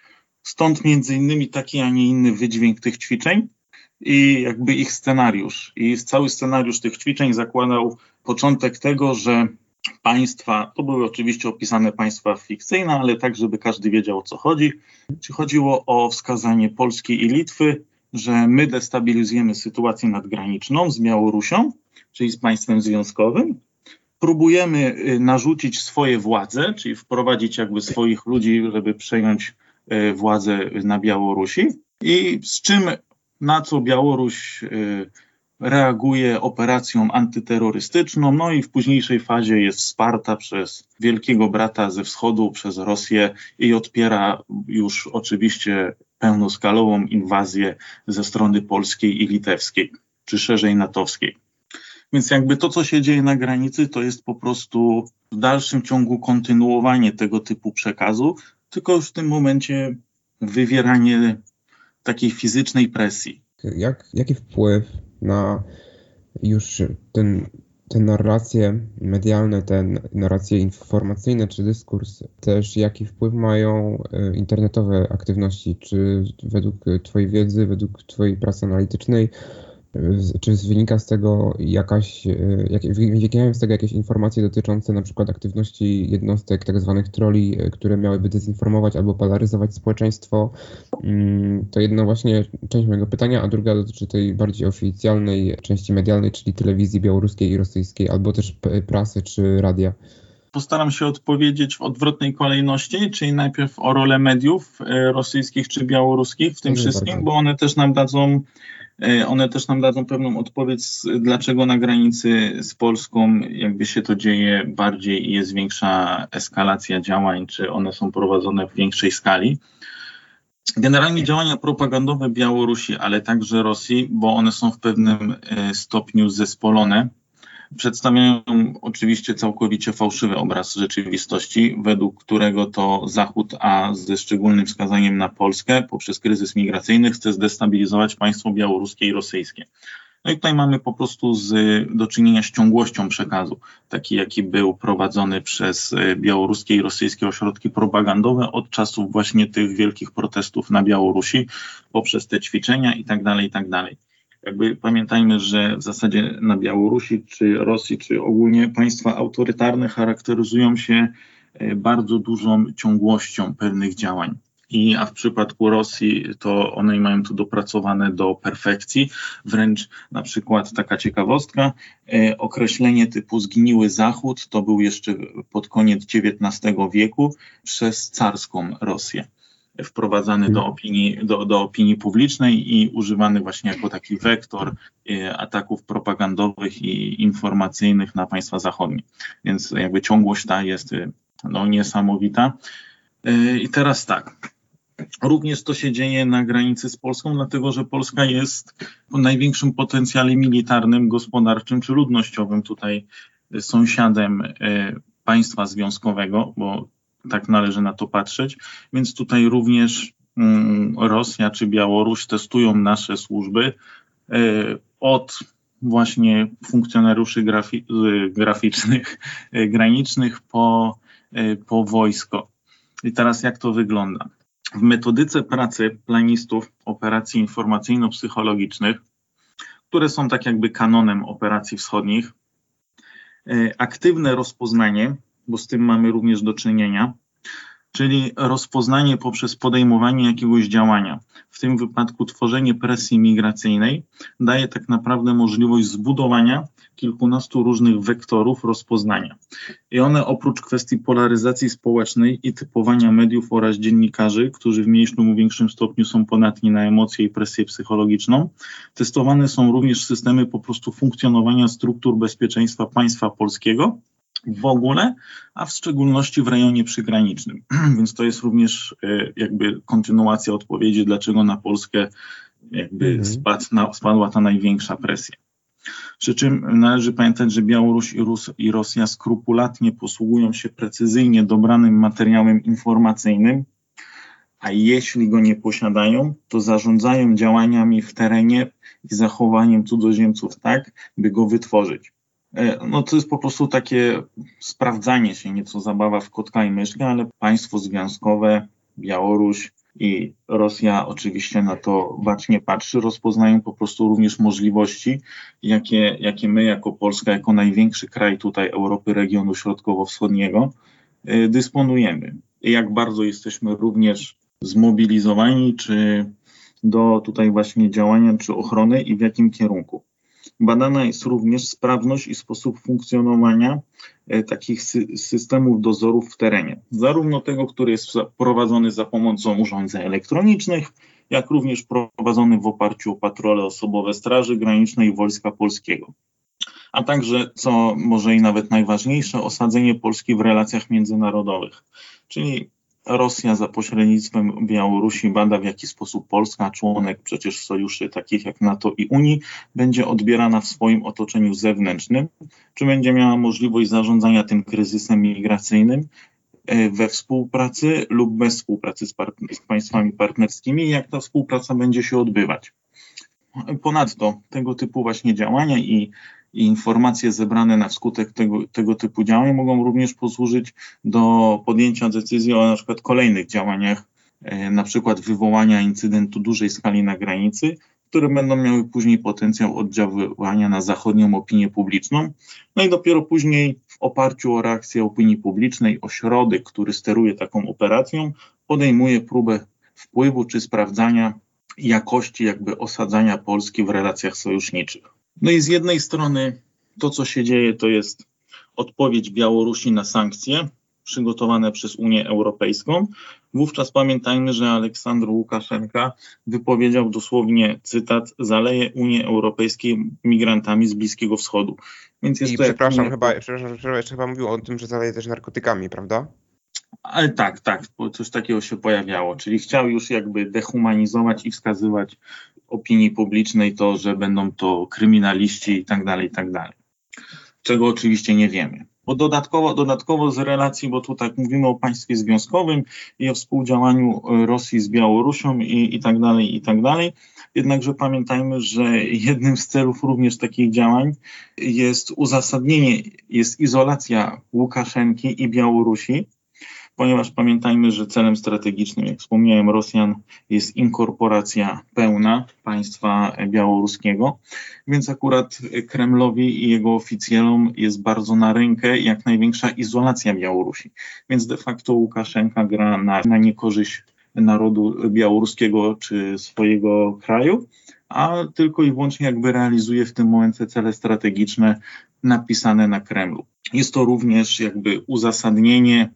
Stąd między innymi taki, a nie inny wydźwięk tych ćwiczeń i jakby ich scenariusz. I cały scenariusz tych ćwiczeń zakładał początek tego, że państwa, to były oczywiście opisane państwa fikcyjne, ale tak, żeby każdy wiedział, o co chodzi. Czy chodziło o wskazanie Polski i Litwy, że my destabilizujemy sytuację nadgraniczną z Białorusią, czyli z państwem związkowym. Próbujemy narzucić swoje władze, czyli wprowadzić jakby swoich ludzi, żeby przejąć władzę na Białorusi. I z czym, na co Białoruś reaguje operacją antyterrorystyczną, no i w późniejszej fazie jest wsparta przez wielkiego brata ze wschodu, przez Rosję i odpiera już oczywiście pełnoskalową inwazję ze strony polskiej i litewskiej, czy szerzej natowskiej. Więc jakby to, co się dzieje na granicy, to jest po prostu w dalszym ciągu kontynuowanie tego typu przekazu, tylko już w tym momencie wywieranie takiej fizycznej presji. Jaki wpływ na już te narracje medialne, te narracje informacyjne czy dyskurs, też jaki wpływ mają internetowe aktywności? Czy według Twojej wiedzy, według Twojej pracy analitycznej, czy wynika z tego wynikają z tego jakieś informacje dotyczące na przykład aktywności jednostek, tak zwanych trolli, które miałyby dezinformować albo polaryzować społeczeństwo? To jedna właśnie część mojego pytania, a druga dotyczy tej bardziej oficjalnej części medialnej, czyli telewizji białoruskiej i rosyjskiej, albo też prasy czy radia. Postaram się odpowiedzieć w odwrotnej kolejności, czyli najpierw o rolę mediów rosyjskich czy białoruskich w tym wszystkim, bo one też nam dadzą pewną odpowiedź, dlaczego na granicy z Polską jakby się to dzieje bardziej i jest większa eskalacja działań, czy one są prowadzone w większej skali. Generalnie działania propagandowe Białorusi, ale także Rosji, bo one są w pewnym stopniu zespolone, przedstawiają oczywiście całkowicie fałszywy obraz rzeczywistości, według którego to Zachód, a ze szczególnym wskazaniem na Polskę, poprzez kryzys migracyjny chce zdestabilizować państwo białoruskie i rosyjskie. No i tutaj mamy po prostu do czynienia z ciągłością przekazu, taki jaki był prowadzony przez białoruskie i rosyjskie ośrodki propagandowe od czasów właśnie tych wielkich protestów na Białorusi, poprzez te ćwiczenia i tak dalej, i tak dalej. Jakby pamiętajmy, że w zasadzie na Białorusi, czy Rosji, czy ogólnie państwa autorytarne charakteryzują się bardzo dużą ciągłością pewnych działań. A w przypadku Rosji to one mają to dopracowane do perfekcji. Wręcz na przykład taka ciekawostka, określenie typu zgniły Zachód to był jeszcze pod koniec XIX wieku przez carską Rosję. Wprowadzany do opinii publicznej i używany właśnie jako taki wektor ataków propagandowych i informacyjnych na państwa zachodnie. Więc jakby ciągłość ta jest niesamowita. I teraz tak, również to się dzieje na granicy z Polską, dlatego że Polska jest o największym potencjale militarnym, gospodarczym czy ludnościowym tutaj sąsiadem państwa związkowego, bo tak należy na to patrzeć, więc tutaj również Rosja czy Białoruś testują nasze służby od właśnie funkcjonariuszy graficznych, granicznych po wojsko. I teraz jak to wygląda? W metodyce pracy planistów operacji informacyjno-psychologicznych, które są tak jakby kanonem operacji wschodnich, aktywne rozpoznanie, bo z tym mamy również do czynienia, czyli rozpoznanie poprzez podejmowanie jakiegoś działania, w tym wypadku tworzenie presji migracyjnej, daje tak naprawdę możliwość zbudowania kilkunastu różnych wektorów rozpoznania. I one oprócz kwestii polaryzacji społecznej i typowania mediów oraz dziennikarzy, którzy w mniejszym lub większym stopniu są podatni na emocje i presję psychologiczną, testowane są również systemy po prostu funkcjonowania struktur bezpieczeństwa państwa polskiego w ogóle, a w szczególności w rejonie przygranicznym. Więc to jest również jakby kontynuacja odpowiedzi, dlaczego na Polskę jakby spadła ta największa presja. Przy czym należy pamiętać, że Białoruś i Rosja skrupulatnie posługują się precyzyjnie dobranym materiałem informacyjnym, a jeśli go nie posiadają, to zarządzają działaniami w terenie i zachowaniem cudzoziemców tak, by go wytworzyć. No to jest po prostu takie sprawdzanie się, nieco zabawa w kotka i myszkę, ale państwo związkowe, Białoruś, i Rosja oczywiście na to bacznie patrzy, rozpoznają po prostu również możliwości, jakie my jako Polska, jako największy kraj tutaj Europy regionu środkowo-wschodniego dysponujemy. I jak bardzo jesteśmy również zmobilizowani, czy do tutaj właśnie działania, czy ochrony i w jakim kierunku. Badana jest również sprawność i sposób funkcjonowania takich systemów dozorów w terenie. Zarówno tego, który jest prowadzony za pomocą urządzeń elektronicznych, jak również prowadzony w oparciu o patrole osobowe Straży Granicznej i Wojska Polskiego. A także, co może i nawet najważniejsze, osadzenie Polski w relacjach międzynarodowych. Czyli Rosja za pośrednictwem Białorusi bada, w jaki sposób Polska, członek przecież sojuszy takich jak NATO i Unii, będzie odbierana w swoim otoczeniu zewnętrznym, czy będzie miała możliwość zarządzania tym kryzysem migracyjnym we współpracy lub bez współpracy z państwami partnerskimi, jak ta współpraca będzie się odbywać. Ponadto tego typu właśnie działania i informacje zebrane na skutek tego typu działań mogą również posłużyć do podjęcia decyzji o na przykład kolejnych działaniach, na przykład wywołania incydentu dużej skali na granicy, które będą miały później potencjał oddziaływania na zachodnią opinię publiczną. No i dopiero później w oparciu o reakcję opinii publicznej ośrodek, który steruje taką operacją, podejmuje próbę wpływu czy sprawdzania jakości jakby osadzania Polski w relacjach sojuszniczych. No i z jednej strony to, co się dzieje, to jest odpowiedź Białorusi na sankcje przygotowane przez Unię Europejską. Wówczas pamiętajmy, że Aleksandr Łukaszenka wypowiedział dosłownie, cytat, zaleje Unię Europejską migrantami z Bliskiego Wschodu. Więc jest I to chyba mówił o tym, że zaleje też narkotykami, prawda? Ale tak, bo coś takiego się pojawiało, czyli chciał już jakby dehumanizować i wskazywać opinii publicznej to, że będą to kryminaliści i tak dalej, czego oczywiście nie wiemy. Bo dodatkowo z relacji, bo tu tak mówimy o państwie związkowym i o współdziałaniu Rosji z Białorusią i tak dalej, jednakże pamiętajmy, że jednym z celów również takich działań jest jest izolacja Łukaszenki i Białorusi, ponieważ pamiętajmy, że celem strategicznym, jak wspomniałem, Rosjan jest inkorporacja pełna państwa białoruskiego, więc akurat Kremlowi i jego oficjalom jest bardzo na rękę jak największa izolacja Białorusi. Więc de facto Łukaszenka gra na niekorzyść narodu białoruskiego czy swojego kraju, a tylko i wyłącznie jakby realizuje w tym momencie cele strategiczne napisane na Kremlu. Jest to również jakby uzasadnienie.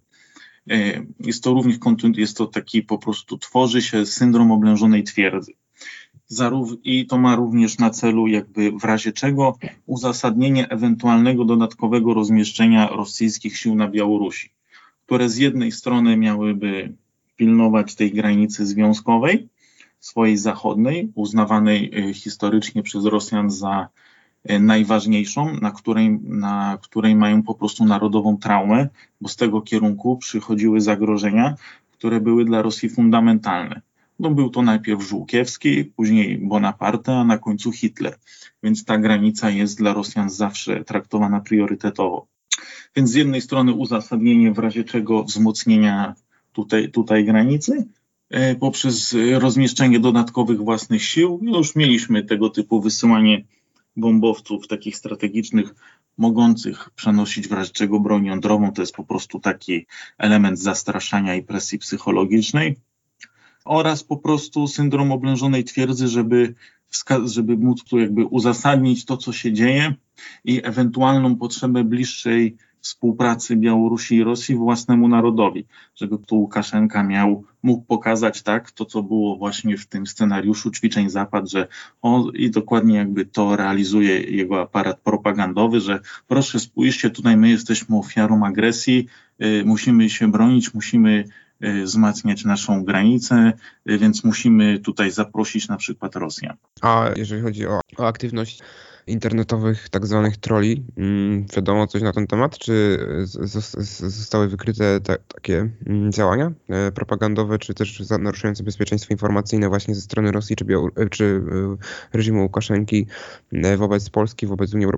Jest to taki po prostu, tworzy się syndrom oblężonej twierdzy. I to ma również na celu jakby w razie czego uzasadnienie ewentualnego dodatkowego rozmieszczenia rosyjskich sił na Białorusi, które z jednej strony miałyby pilnować tej granicy związkowej, swojej zachodniej, uznawanej historycznie przez Rosjan za najważniejszą, na której mają po prostu narodową traumę, bo z tego kierunku przychodziły zagrożenia, które były dla Rosji fundamentalne. No, był to najpierw Żółkiewski, później Bonaparte, a na końcu Hitler. Więc ta granica jest dla Rosjan zawsze traktowana priorytetowo. Więc z jednej strony uzasadnienie w razie czego wzmocnienia tutaj granicy, poprzez rozmieszczenie dodatkowych własnych sił. Już mieliśmy tego typu wysyłanie bombowców takich strategicznych, mogących przenosić w razie czego broń jądrową. To jest po prostu taki element zastraszania i presji psychologicznej. Oraz po prostu syndrom oblężonej twierdzy, żeby móc tu jakby uzasadnić to, co się dzieje i ewentualną potrzebę bliższej współpracy Białorusi i Rosji własnemu narodowi, żeby tu Łukaszenka mógł pokazać tak to, co było właśnie w tym scenariuszu ćwiczeń Zapad, że i dokładnie jakby to realizuje jego aparat propagandowy, że proszę spójrzcie, tutaj my jesteśmy ofiarą agresji, musimy się bronić, musimy wzmacniać naszą granicę, więc musimy tutaj zaprosić na przykład Rosjan. A jeżeli chodzi o aktywność internetowych tak zwanych trolli, wiadomo coś na ten temat? Czy zostały wykryte takie działania propagandowe, czy też naruszające bezpieczeństwo informacyjne właśnie ze strony Rosji czy reżimu Łukaszenki wobec Polski, wobec Unii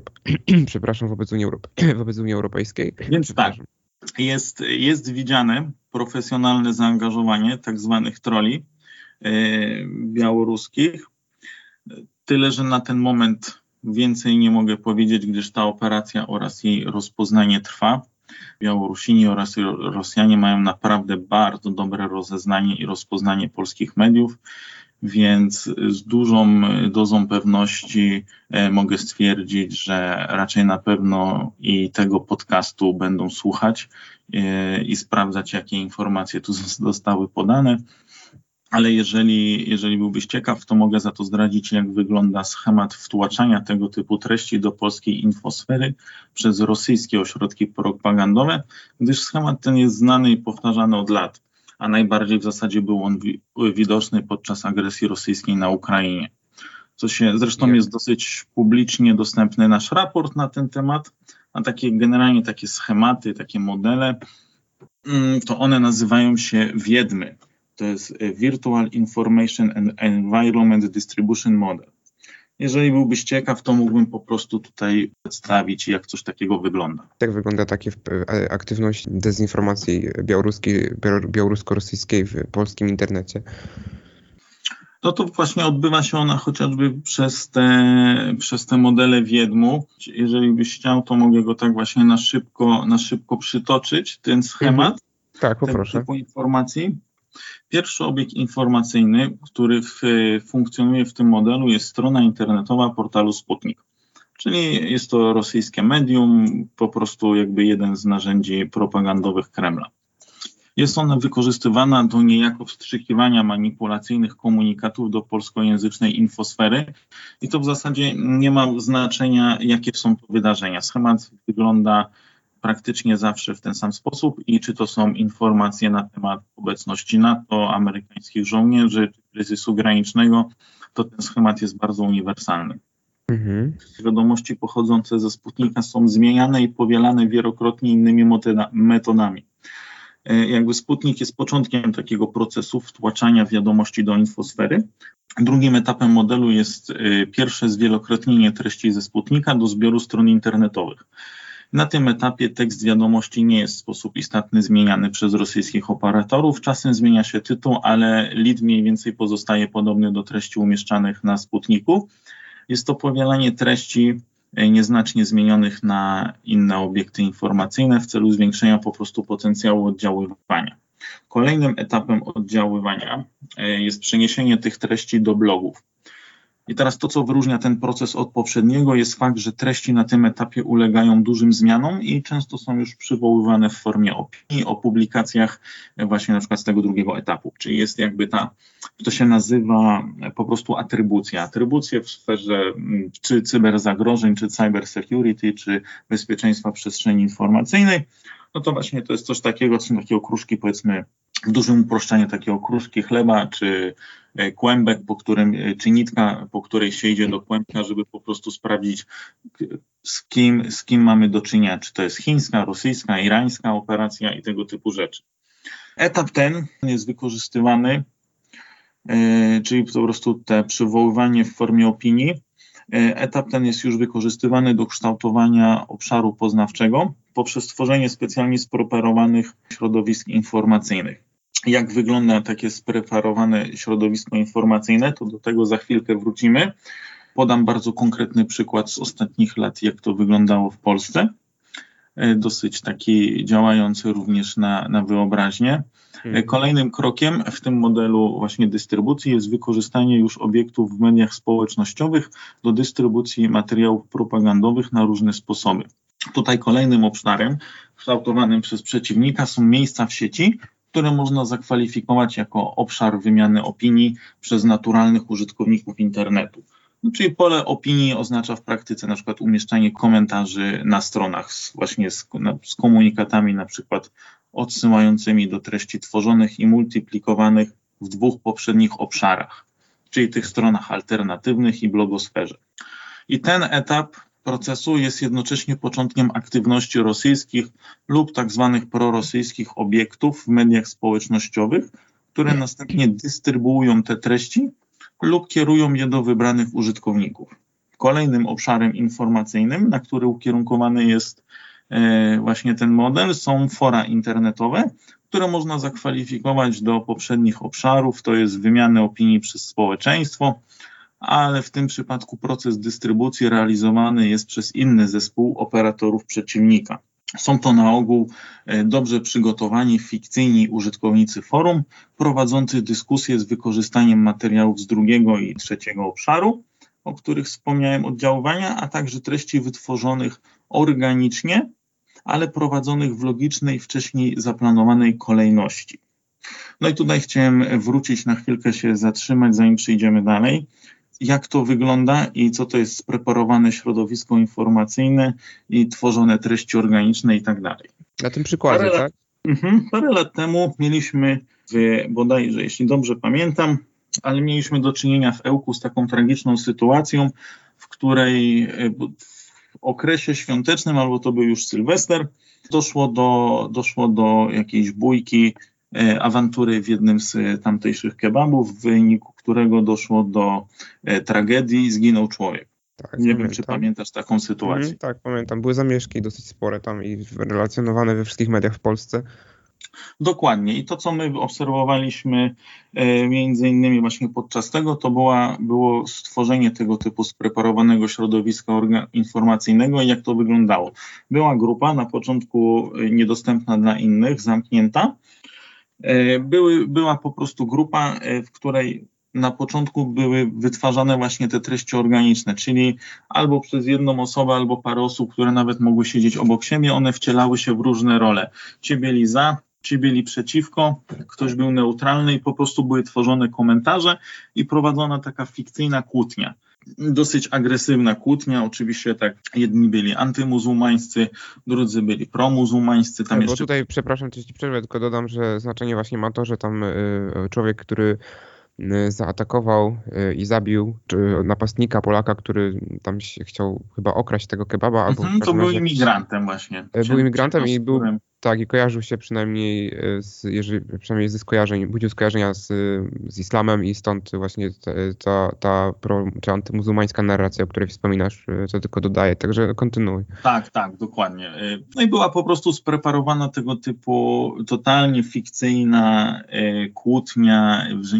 wobec Unii Europejskiej? Więc tak, jest widziane profesjonalne zaangażowanie tak zwanych trolli białoruskich. Tyle, że na ten moment więcej nie mogę powiedzieć, gdyż ta operacja oraz jej rozpoznanie trwa. Białorusini oraz Rosjanie mają naprawdę bardzo dobre rozeznanie i rozpoznanie polskich mediów, więc z dużą dozą pewności mogę stwierdzić, że raczej na pewno i tego podcastu będą słuchać i sprawdzać, jakie informacje tu zostały podane. Ale jeżeli byłbyś ciekaw, to mogę za to zdradzić, jak wygląda schemat wtłaczania tego typu treści do polskiej infosfery przez rosyjskie ośrodki propagandowe, gdyż schemat ten jest znany i powtarzany od lat, a najbardziej w zasadzie był on widoczny podczas agresji rosyjskiej na Ukrainie. Zresztą jest dosyć publicznie dostępny nasz raport na ten temat, a generalnie takie schematy, takie modele, to one nazywają się wiedmy. To jest Virtual Information and Environment Distribution Model. Jeżeli byłbyś ciekaw, to mógłbym po prostu tutaj przedstawić, jak coś takiego wygląda. Jak wygląda takie aktywność dezinformacji białorusko-rosyjskiej w polskim internecie? No to właśnie odbywa się ona chociażby przez te modele wiedmu. Jeżeli byś chciał, to mogę go tak właśnie na szybko przytoczyć, ten schemat. Tak, poproszę. Typu informacji. Pierwszy obiekt informacyjny, który funkcjonuje w tym modelu, jest strona internetowa portalu Sputnik. Czyli jest to rosyjskie medium, po prostu jakby jeden z narzędzi propagandowych Kremla. Jest ona wykorzystywana do niejako wstrzykiwania manipulacyjnych komunikatów do polskojęzycznej infosfery i to w zasadzie nie ma znaczenia, jakie są to wydarzenia. Schemat wygląda praktycznie zawsze w ten sam sposób i czy to są informacje na temat obecności NATO, amerykańskich żołnierzy, czy kryzysu granicznego, to ten schemat jest bardzo uniwersalny. Wiadomości pochodzące ze Sputnika są zmieniane i powielane wielokrotnie innymi metodami. Jakby Sputnik jest początkiem takiego procesu wtłaczania wiadomości do infosfery. Drugim etapem modelu jest pierwsze zwielokrotnienie treści ze Sputnika do zbioru stron internetowych. Na tym etapie tekst wiadomości nie jest w sposób istotny zmieniany przez rosyjskich operatorów. Czasem zmienia się tytuł, ale lead mniej więcej pozostaje podobny do treści umieszczanych na Sputniku. Jest to powielanie treści nieznacznie zmienionych na inne obiekty informacyjne w celu zwiększenia po prostu potencjału oddziaływania. Kolejnym etapem oddziaływania jest przeniesienie tych treści do blogów. I teraz to, co wyróżnia ten proces od poprzedniego, jest fakt, że treści na tym etapie ulegają dużym zmianom i często są już przywoływane w formie opinii o publikacjach właśnie na przykład z tego drugiego etapu. Czyli jest jakby to się nazywa po prostu atrybucja. Atrybucje w sferze czy cyberzagrożeń, czy cybersecurity, czy bezpieczeństwa przestrzeni informacyjnej, no to właśnie to jest coś takiego, co są takie okruszki, powiedzmy, w dużym uproszczeniu takie okruszki chleba, czy kłębek, czy nitka, po której się idzie do kłębka, żeby po prostu sprawdzić, z kim mamy do czynienia, czy to jest chińska, rosyjska, irańska operacja i tego typu rzeczy. Etap ten jest wykorzystywany, czyli po prostu te przywoływanie w formie opinii. Etap ten jest już wykorzystywany do kształtowania obszaru poznawczego poprzez tworzenie specjalnie spreparowanych środowisk informacyjnych. Jak wygląda takie spreparowane środowisko informacyjne, to do tego za chwilkę wrócimy. Podam bardzo konkretny przykład z ostatnich lat, jak to wyglądało w Polsce. Dosyć taki działający również na wyobraźnię. Kolejnym krokiem w tym modelu właśnie dystrybucji jest wykorzystanie już obiektów w mediach społecznościowych do dystrybucji materiałów propagandowych na różne sposoby. Tutaj kolejnym obszarem kształtowanym przez przeciwnika są miejsca w sieci, które można zakwalifikować jako obszar wymiany opinii przez naturalnych użytkowników internetu. No, czyli pole opinii oznacza w praktyce na przykład umieszczanie komentarzy na stronach z komunikatami na przykład odsyłającymi do treści tworzonych i multiplikowanych w dwóch poprzednich obszarach, czyli tych stronach alternatywnych i blogosferze. I ten etap procesu jest jednocześnie początkiem aktywności rosyjskich lub tak zwanych prorosyjskich obiektów w mediach społecznościowych, które następnie dystrybuują te treści lub kierują je do wybranych użytkowników. Kolejnym obszarem informacyjnym, na który ukierunkowany jest właśnie ten model, są fora internetowe, które można zakwalifikować do poprzednich obszarów, to jest wymiany opinii przez społeczeństwo, ale w tym przypadku proces dystrybucji realizowany jest przez inny zespół operatorów przeciwnika. Są to na ogół dobrze przygotowani, fikcyjni użytkownicy forum, prowadzący dyskusje z wykorzystaniem materiałów z drugiego i trzeciego obszaru, o których wspomniałem, oddziaływania, a także treści wytworzonych organicznie, ale prowadzonych w logicznej, wcześniej zaplanowanej kolejności. No i tutaj chciałem wrócić, na chwilkę się zatrzymać, zanim przejdziemy dalej. Jak to wygląda i co to jest spreparowane środowisko informacyjne i tworzone treści organiczne i tak dalej. Na tym przykładzie, tak? Parę lat temu mieliśmy, bodajże, jeśli dobrze pamiętam, ale mieliśmy do czynienia w Ełku z taką tragiczną sytuacją, w której w okresie świątecznym, albo to był już Sylwester, doszło do jakiejś bójki, awantury w jednym z tamtejszych kebabów, w wyniku którego doszło do tragedii, zginął człowiek. Tak, nie wiem, czy pamiętasz taką sytuację. Tak, pamiętam. Były zamieszki dosyć spore tam i relacjonowane we wszystkich mediach w Polsce. Dokładnie. I to, co my obserwowaliśmy między innymi właśnie podczas tego, to było stworzenie tego typu spreparowanego środowiska informacyjnego i jak to wyglądało. Była grupa, na początku niedostępna dla innych, zamknięta. Była po prostu grupa, w której na początku były wytwarzane właśnie te treści organiczne, czyli albo przez jedną osobę, albo parę osób, które nawet mogły siedzieć obok siebie, one wcielały się w różne role. Ci byli za, ci byli przeciwko, ktoś był neutralny i po prostu były tworzone komentarze i prowadzona taka fikcyjna kłótnia. Dosyć agresywna kłótnia, oczywiście tak, jedni byli antymuzułmańscy, drudzy byli promuzułmańscy. Bo jeszcze... tutaj, przepraszam, ci przerwę, tylko dodam, że znaczenie właśnie ma to, że tam człowiek, który zaatakował i zabił napastnika Polaka, który tam się chciał chyba okraść tego kebaba. Albo to był imigrantem właśnie. Był imigrantem i był, tak, i kojarzył się przynajmniej ze skojarzeń, budził skojarzenia z islamem i stąd właśnie ta czy antymuzułmańska narracja, o której wspominasz, to tylko dodaje, także kontynuuj. Tak, dokładnie. No i była po prostu spreparowana tego typu totalnie fikcyjna kłótnia, że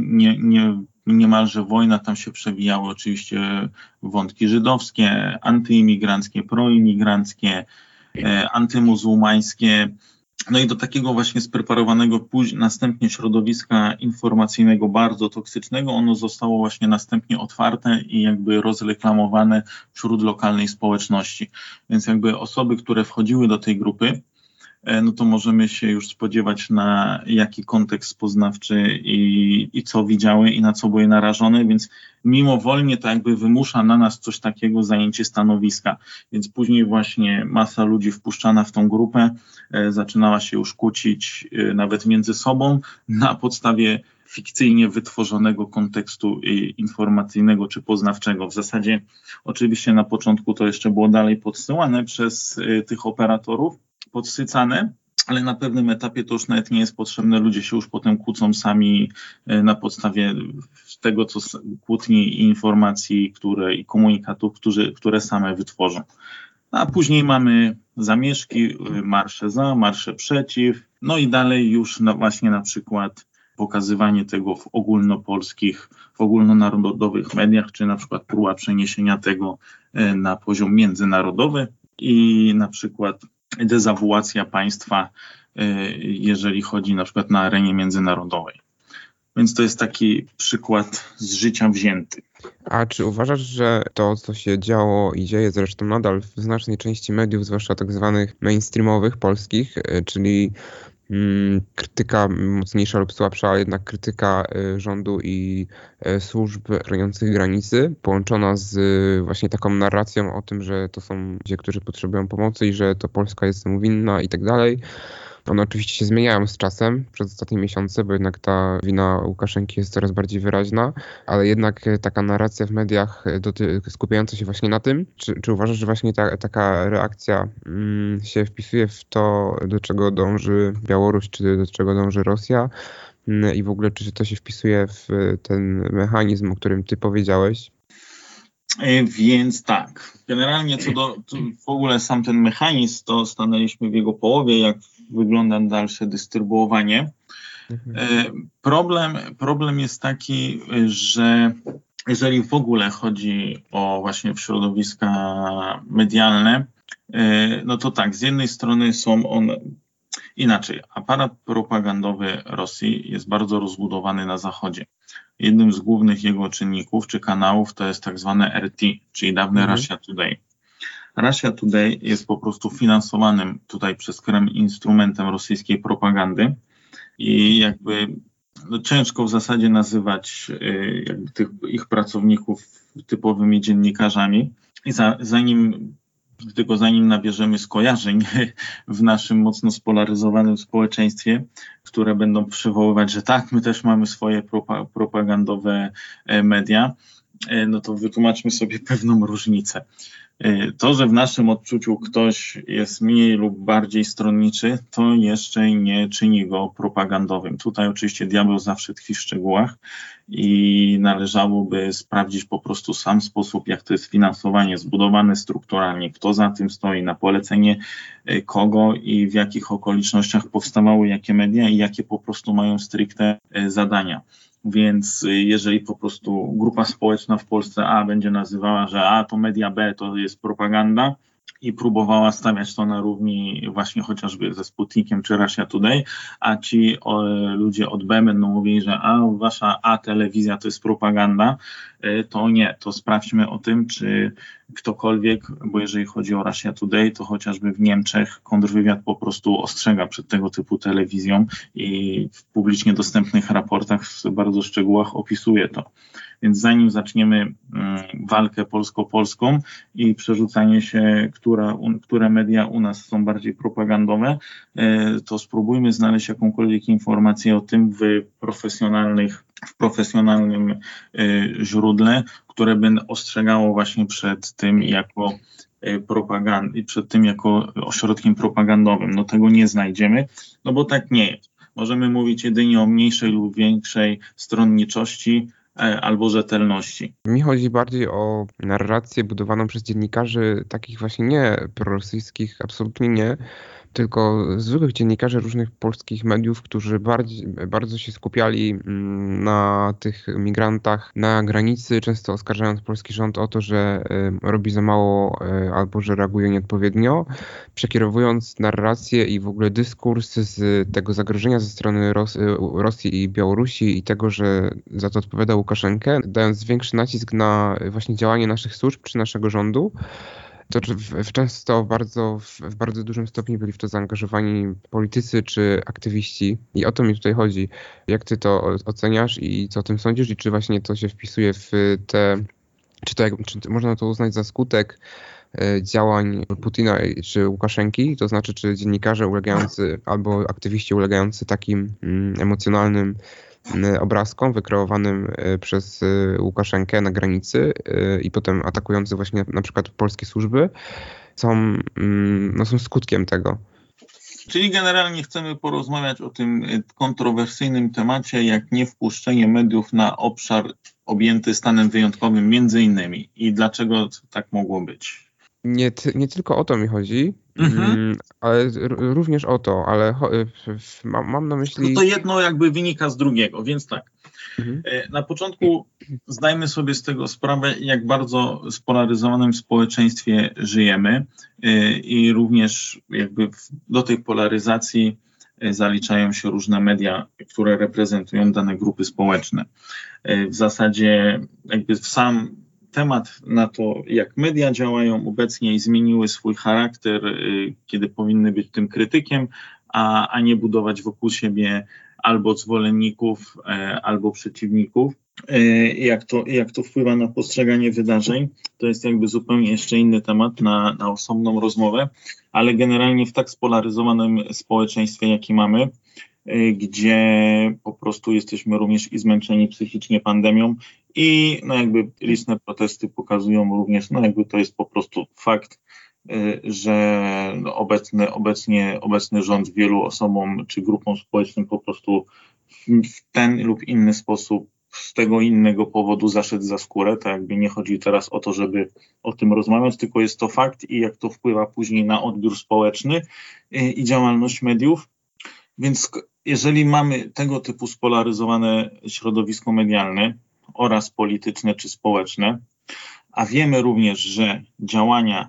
niemalże wojna, tam się przewijały oczywiście wątki żydowskie, antyimigranckie, proimigranckie, antymuzułmańskie. No i do takiego właśnie spreparowanego następnie środowiska informacyjnego bardzo toksycznego, ono zostało właśnie następnie otwarte i jakby rozreklamowane wśród lokalnej społeczności. Więc jakby osoby, które wchodziły do tej grupy, no to możemy się już spodziewać, na jaki kontekst poznawczy i co widziały i na co były narażone, więc mimowolnie to jakby wymusza na nas coś takiego, zajęcie stanowiska. Więc później właśnie masa ludzi wpuszczana w tą grupę zaczynała się już kłócić nawet między sobą na podstawie fikcyjnie wytworzonego kontekstu informacyjnego czy poznawczego. W zasadzie oczywiście na początku to jeszcze było dalej podsyłane przez tych operatorów, podsycane, ale na pewnym etapie to już nawet nie jest potrzebne. Ludzie się już potem kłócą sami na podstawie tego, co kłótni i informacji, i komunikatów, które same wytworzą. A później mamy zamieszki, marsze za, marsze przeciw, no i dalej już właśnie na przykład pokazywanie tego w ogólnopolskich, w ogólnonarodowych mediach, czy na przykład próba przeniesienia tego na poziom międzynarodowy i na przykład dezawuacja państwa, jeżeli chodzi na przykład na arenie międzynarodowej. Więc to jest taki przykład z życia wzięty. A czy uważasz, że to, co się działo i dzieje zresztą nadal w znacznej części mediów, zwłaszcza tak zwanych mainstreamowych polskich, czyli krytyka mocniejsza lub słabsza, ale jednak krytyka rządu i służb chroniących granicy, połączona z właśnie taką narracją o tym, że to są ludzie, którzy potrzebują pomocy i że to Polska jest temu winna i tak dalej. One oczywiście się zmieniają z czasem przez ostatnie miesiące, bo jednak ta wina Łukaszenki jest coraz bardziej wyraźna, ale jednak taka narracja w mediach skupiająca się właśnie na tym, czy uważasz, że właśnie taka reakcja się wpisuje w to, do czego dąży Białoruś, czy do czego dąży Rosja i w ogóle czy to się wpisuje w ten mechanizm, o którym ty powiedziałeś? Więc tak, generalnie w ogóle sam ten mechanizm, to stanęliśmy w jego połowie, jak wygląda dalsze dystrybuowanie. Problem jest taki, że jeżeli w ogóle chodzi o właśnie środowiska medialne, no to tak, z jednej strony są one inaczej. Aparat propagandowy Rosji jest bardzo rozbudowany na Zachodzie. Jednym z głównych jego czynników czy kanałów to jest tak zwane RT, czyli dawne Russia Today. Russia Today jest po prostu finansowanym tutaj przez Kreml instrumentem rosyjskiej propagandy i jakby ciężko w zasadzie nazywać jakby tych ich pracowników typowymi dziennikarzami. I zanim nabierzemy skojarzeń w naszym mocno spolaryzowanym społeczeństwie, które będą przywoływać, że tak, my też mamy swoje propagandowe media, no to wytłumaczmy sobie pewną różnicę. To, że w naszym odczuciu ktoś jest mniej lub bardziej stronniczy, to jeszcze nie czyni go propagandowym. Tutaj oczywiście diabeł zawsze tkwi w szczegółach i należałoby sprawdzić po prostu sam sposób, jak to jest finansowanie zbudowane strukturalnie, kto za tym stoi, na polecenie kogo i w jakich okolicznościach powstawały jakie media i jakie po prostu mają stricte zadania. Więc jeżeli po prostu grupa społeczna w Polsce A będzie nazywała, że to media B to jest propaganda i próbowała stawiać to na równi właśnie chociażby ze Sputnikiem czy Russia Today, a ci ludzie od B będą mówili, że wasza A telewizja to jest propaganda, to nie, to sprawdźmy o tym, czy ktokolwiek, bo jeżeli chodzi o Russia Today, to chociażby w Niemczech kontrwywiad po prostu ostrzega przed tego typu telewizją i w publicznie dostępnych raportach w bardzo szczegółach opisuje to. Więc zanim zaczniemy walkę polsko-polską i przerzucanie się, które media u nas są bardziej propagandowe, to spróbujmy znaleźć jakąkolwiek informację o tym w profesjonalnym źródle, które by ostrzegało właśnie przed tym jako przed tym jako ośrodkiem propagandowym. No tego nie znajdziemy, no bo tak nie jest. Możemy mówić jedynie o mniejszej lub większej stronniczości albo rzetelności. Mi chodzi bardziej o narrację budowaną przez dziennikarzy takich właśnie nie prorosyjskich, absolutnie nie, tylko zwykłych dziennikarzy różnych polskich mediów, którzy bardzo się skupiali na tych migrantach na granicy, często oskarżając polski rząd o to, że robi za mało albo że reaguje nieodpowiednio, przekierowując narrację i w ogóle dyskurs z tego zagrożenia ze strony Rosji i Białorusi i tego, że za to odpowiada Łukaszenkę, dając większy nacisk na właśnie działanie naszych służb czy naszego rządu. To często w bardzo dużym stopniu byli w to zaangażowani politycy czy aktywiści i o to mi tutaj chodzi. Jak ty to oceniasz i co o tym sądzisz i czy właśnie to się wpisuje w czy można to uznać za skutek działań Putina czy Łukaszenki, to znaczy czy dziennikarze ulegający albo aktywiści ulegający takim emocjonalnym obrazkom wykreowanym przez Łukaszenkę na granicy i potem atakujący właśnie na przykład polskie służby są skutkiem tego. Czyli generalnie chcemy porozmawiać o tym kontrowersyjnym temacie, jak niewpuszczenie mediów na obszar objęty stanem wyjątkowym między innymi i dlaczego tak mogło być. Nie tylko o to mi chodzi, ale również o to, ale mam na myśli... To jedno jakby wynika z drugiego, więc tak. Na początku zdajmy sobie z tego sprawę, jak bardzo w spolaryzowanym społeczeństwie żyjemy i również jakby do tej polaryzacji zaliczają się różne media, które reprezentują dane grupy społeczne. W zasadzie jakby sam temat na to, jak media działają obecnie i zmieniły swój charakter, kiedy powinny być tym krytykiem, a nie budować wokół siebie albo zwolenników, albo przeciwników. Jak to wpływa na postrzeganie wydarzeń, to jest jakby zupełnie jeszcze inny temat na osobną rozmowę, ale generalnie w tak spolaryzowanym społeczeństwie, jaki mamy, gdzie po prostu jesteśmy również i zmęczeni psychicznie pandemią i jakby liczne protesty pokazują również, jakby to jest po prostu fakt, że obecny rząd wielu osobom czy grupom społecznym po prostu w ten lub inny sposób z tego innego powodu zaszedł za skórę. To jakby nie chodzi teraz o to, żeby o tym rozmawiać, tylko jest to fakt i jak to wpływa później na odbiór społeczny i działalność mediów. Więc jeżeli mamy tego typu spolaryzowane środowisko medialne oraz polityczne czy społeczne, a wiemy również, że działania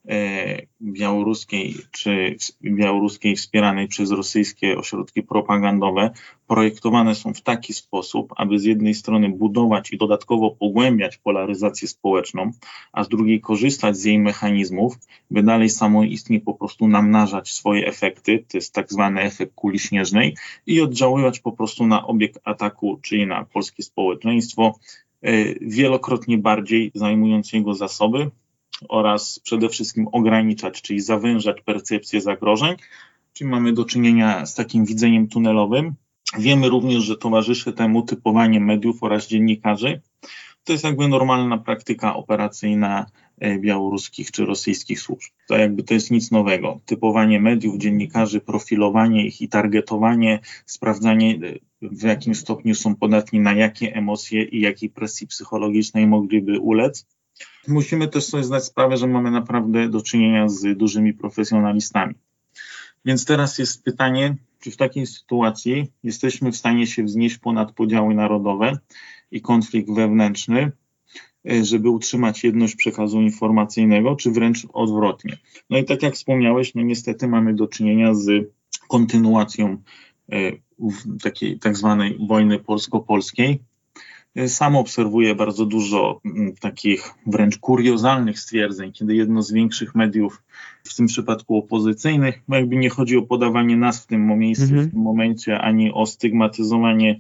białoruskiej wspieranej przez rosyjskie ośrodki propagandowe projektowane są w taki sposób, aby z jednej strony budować i dodatkowo pogłębiać polaryzację społeczną, a z drugiej korzystać z jej mechanizmów, by dalej samoistnie po prostu namnażać swoje efekty, to jest tak zwany efekt kuli śnieżnej, i oddziaływać po prostu na obieg ataku, czyli na polskie społeczeństwo, wielokrotnie bardziej zajmując jego zasoby, oraz przede wszystkim ograniczać, czyli zawężać percepcję zagrożeń, czyli mamy do czynienia z takim widzeniem tunelowym. Wiemy również, że towarzyszy temu typowanie mediów oraz dziennikarzy. To jest jakby normalna praktyka operacyjna białoruskich czy rosyjskich służb. To jest nic nowego. Typowanie mediów, dziennikarzy, profilowanie ich i targetowanie, sprawdzanie, w jakim stopniu są podatni na jakie emocje i jakiej presji psychologicznej mogliby ulec. Musimy też sobie zdać sprawę, że mamy naprawdę do czynienia z dużymi profesjonalistami. Więc teraz jest pytanie, czy w takiej sytuacji jesteśmy w stanie się wznieść ponad podziały narodowe i konflikt wewnętrzny, żeby utrzymać jedność przekazu informacyjnego, czy wręcz odwrotnie. No i tak jak wspomniałeś, no niestety mamy do czynienia z kontynuacją takiej tak zwanej wojny polsko-polskiej. Sam obserwuję bardzo dużo takich wręcz kuriozalnych stwierdzeń, kiedy jedno z większych mediów, w tym przypadku opozycyjnych, bo jakby nie chodzi o podawanie nazw w tym momencie, ani o stygmatyzowanie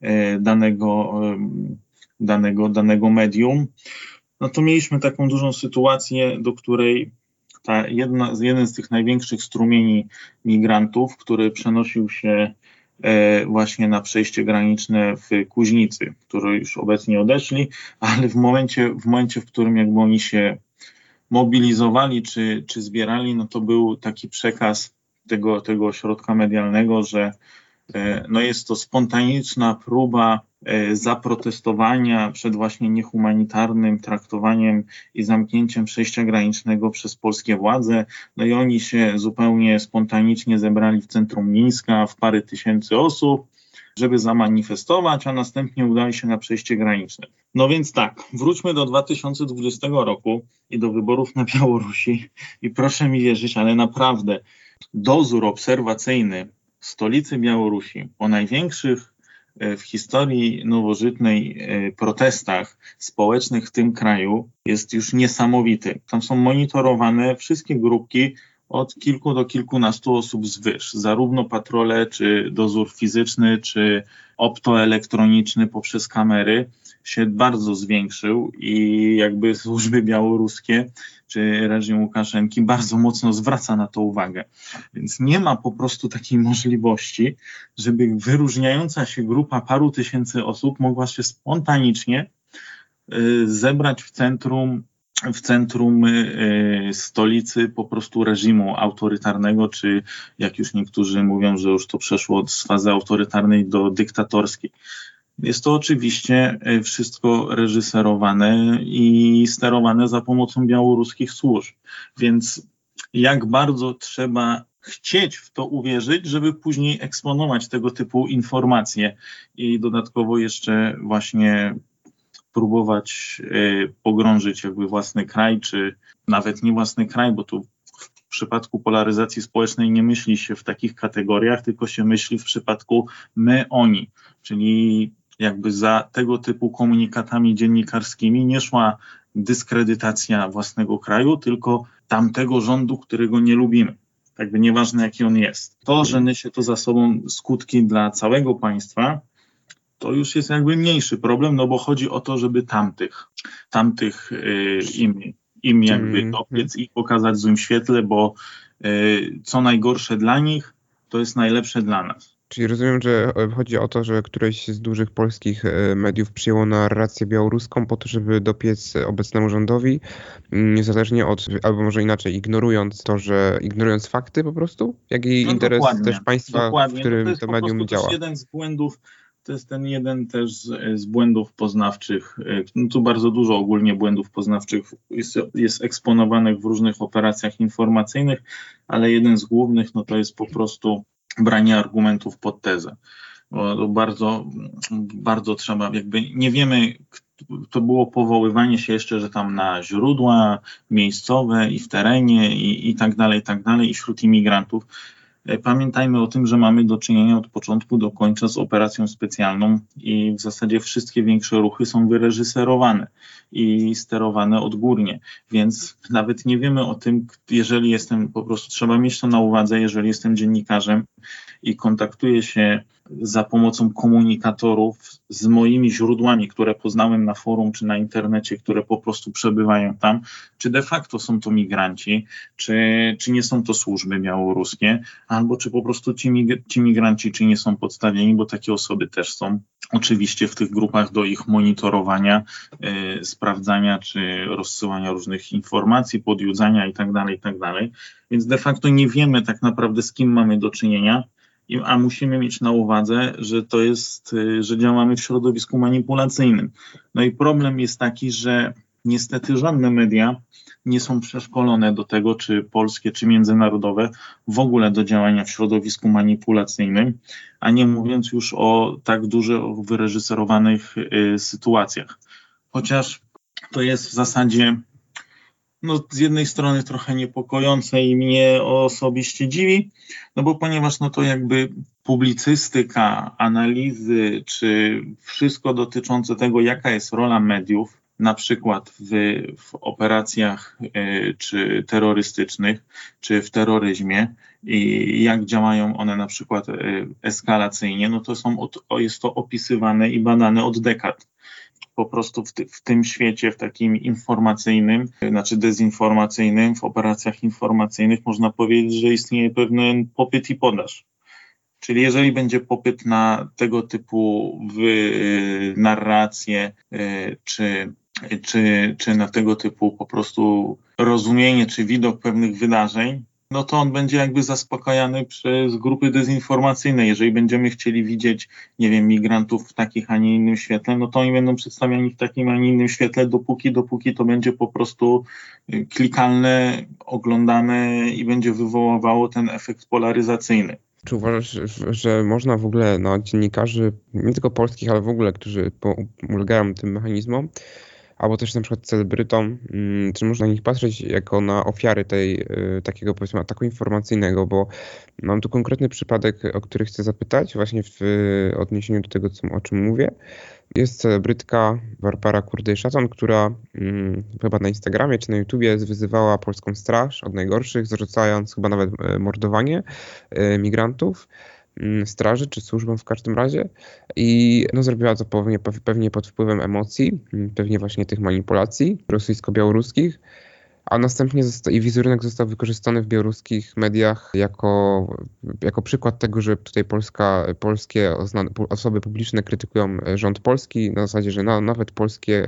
danego medium, no to mieliśmy taką dużą sytuację, do której jeden z tych największych strumieni migrantów, który przenosił się właśnie na przejście graniczne w Kuźnicy, które już obecnie odeszli, ale w momencie, w którym jakby oni się mobilizowali czy zbierali, no to był taki przekaz tego ośrodka medialnego, że no jest to spontaniczna próba zaprotestowania przed właśnie niehumanitarnym traktowaniem i zamknięciem przejścia granicznego przez polskie władze. No i oni się zupełnie spontanicznie zebrali w centrum Mińska w parę tysięcy osób, żeby zamanifestować, a następnie udali się na przejście graniczne. No więc tak, wróćmy do 2020 roku i do wyborów na Białorusi i proszę mi wierzyć, ale naprawdę dozór obserwacyjny stolicy Białorusi po największych w historii nowożytnej protestach społecznych w tym kraju jest już niesamowity. Tam są monitorowane wszystkie grupki od kilku do kilkunastu osób zwyż. Zarówno patrole, czy dozór fizyczny, czy optoelektroniczny poprzez kamery się bardzo zwiększył i jakby służby białoruskie czy reżim Łukaszenki bardzo mocno zwraca na to uwagę. Więc nie ma po prostu takiej możliwości, żeby wyróżniająca się grupa paru tysięcy osób mogła się spontanicznie zebrać w centrum stolicy po prostu reżimu autorytarnego, czy jak już niektórzy mówią, że już to przeszło z fazy autorytarnej do dyktatorskiej. Jest to oczywiście wszystko reżyserowane i sterowane za pomocą białoruskich służb. Więc jak bardzo trzeba chcieć w to uwierzyć, żeby później eksponować tego typu informacje i dodatkowo jeszcze właśnie próbować pogrążyć jakby własny kraj, czy nawet nie własny kraj, bo tu w przypadku polaryzacji społecznej nie myśli się w takich kategoriach, tylko się myśli w przypadku my, oni, czyli jakby za tego typu komunikatami dziennikarskimi nie szła dyskredytacja własnego kraju, tylko tamtego rządu, którego nie lubimy. Jakby nieważne, jaki on jest. To, że niesie to za sobą skutki dla całego państwa, to już jest jakby mniejszy problem, no bo chodzi o to, żeby tamtych im jakby dopiec i pokazać w złym świetle, bo co najgorsze dla nich, to jest najlepsze dla nas. Czyli rozumiem, że chodzi o to, że któreś z dużych polskich mediów przyjęło narrację białoruską po to, żeby dopiec obecnemu rządowi, niezależnie od, albo może inaczej, ignorując fakty po prostu, jak i interes też państwa, w którym to medium działa. To jest jeden z błędów To jest ten jeden też z błędów poznawczych. No tu bardzo dużo ogólnie błędów poznawczych jest eksponowanych w różnych operacjach informacyjnych, ale jeden z głównych to jest po prostu branie argumentów pod tezę. Bo to bardzo trzeba, nie wiemy, to było powoływanie się jeszcze, że tam na źródła miejscowe i w terenie i tak dalej, i wśród imigrantów. Pamiętajmy o tym, że mamy do czynienia od początku do końca z operacją specjalną i w zasadzie wszystkie większe ruchy są wyreżyserowane i sterowane odgórnie, więc nawet nie wiemy o tym, po prostu trzeba mieć to na uwadze, jeżeli jestem dziennikarzem i kontaktuję się za pomocą komunikatorów z moimi źródłami, które poznałem na forum czy na internecie, które po prostu przebywają tam, czy de facto są to migranci, czy nie są to służby białoruskie, albo czy po prostu ci migranci czy nie są podstawieni, bo takie osoby też są. Oczywiście w tych grupach do ich monitorowania, sprawdzania czy rozsyłania różnych informacji, podjudzania itd. Więc de facto nie wiemy tak naprawdę, z kim mamy do czynienia, a musimy mieć na uwadze, że działamy w środowisku manipulacyjnym. No i problem jest taki, że niestety żadne media nie są przeszkolone do tego, czy polskie, czy międzynarodowe, w ogóle do działania w środowisku manipulacyjnym, a nie mówiąc już o tak dużo wyreżyserowanych sytuacjach. Chociaż to jest w zasadzie z jednej strony trochę niepokojące i mnie osobiście dziwi, bo ponieważ to publicystyka, analizy, czy wszystko dotyczące tego, jaka jest rola mediów, na przykład w operacjach czy terrorystycznych, czy w terroryzmie i jak działają one na przykład eskalacyjnie, jest to opisywane i badane od dekad. Po prostu w tym świecie, w takim informacyjnym, dezinformacyjnym, w operacjach informacyjnych można powiedzieć, że istnieje pewien popyt i podaż. Czyli jeżeli będzie popyt na tego typu narracje, czy na tego typu po prostu rozumienie, czy widok pewnych wydarzeń, to on będzie zaspokajany przez grupy dezinformacyjne. Jeżeli będziemy chcieli widzieć, migrantów w takich, a nie innym świetle, to oni będą przedstawiani w takim, a nie innym świetle, dopóki to będzie po prostu klikalne, oglądane i będzie wywoływało ten efekt polaryzacyjny. Czy uważasz, że można w ogóle dziennikarzy, nie tylko polskich, ale w ogóle, którzy ulegają tym mechanizmom, albo też na przykład celebrytom, czy można na nich patrzeć jako na ofiary takiego, powiedzmy, ataku informacyjnego, bo mam tu konkretny przypadek, o który chcę zapytać, właśnie w odniesieniu do tego, o czym mówię. Jest celebrytka Barbara Kurdej-Szaton, która chyba na Instagramie czy na YouTubie wyzywała polską straż od najgorszych, zarzucając chyba nawet mordowanie migrantów, straży czy służbom w każdym razie, i zrobiła to pewnie pod wpływem emocji, pewnie właśnie tych manipulacji rosyjsko-białoruskich, a następnie i wizerunek został wykorzystany w białoruskich mediach jako przykład tego, że tutaj polskie osoby publiczne krytykują rząd polski, na zasadzie, że nawet polskie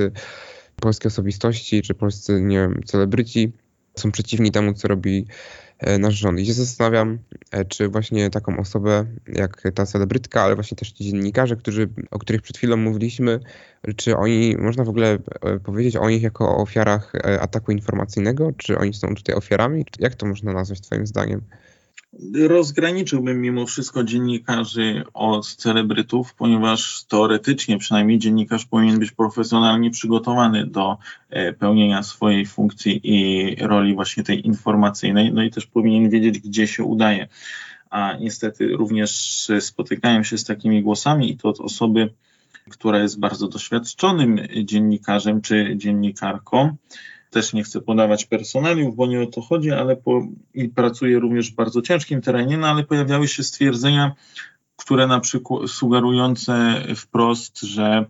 osobistości czy polscy, celebryci są przeciwni temu, co robi nasz rząd. I się zastanawiam, czy właśnie taką osobę jak ta celebrytka, ale właśnie też ci dziennikarze, o których przed chwilą mówiliśmy, czy można w ogóle powiedzieć o nich jako o ofiarach ataku informacyjnego? Czy oni są tutaj ofiarami? Jak to można nazwać twoim zdaniem? Rozgraniczyłbym mimo wszystko dziennikarzy od celebrytów, ponieważ teoretycznie przynajmniej dziennikarz powinien być profesjonalnie przygotowany do pełnienia swojej funkcji i roli właśnie tej informacyjnej, i też powinien wiedzieć, gdzie się udaje. A niestety również spotykałem się z takimi głosami i to od osoby, która jest bardzo doświadczonym dziennikarzem czy dziennikarką. Też nie chcę podawać personaliów, bo nie o to chodzi, i pracuję również w bardzo ciężkim terenie, ale pojawiały się stwierdzenia, które na przykład sugerujące wprost, że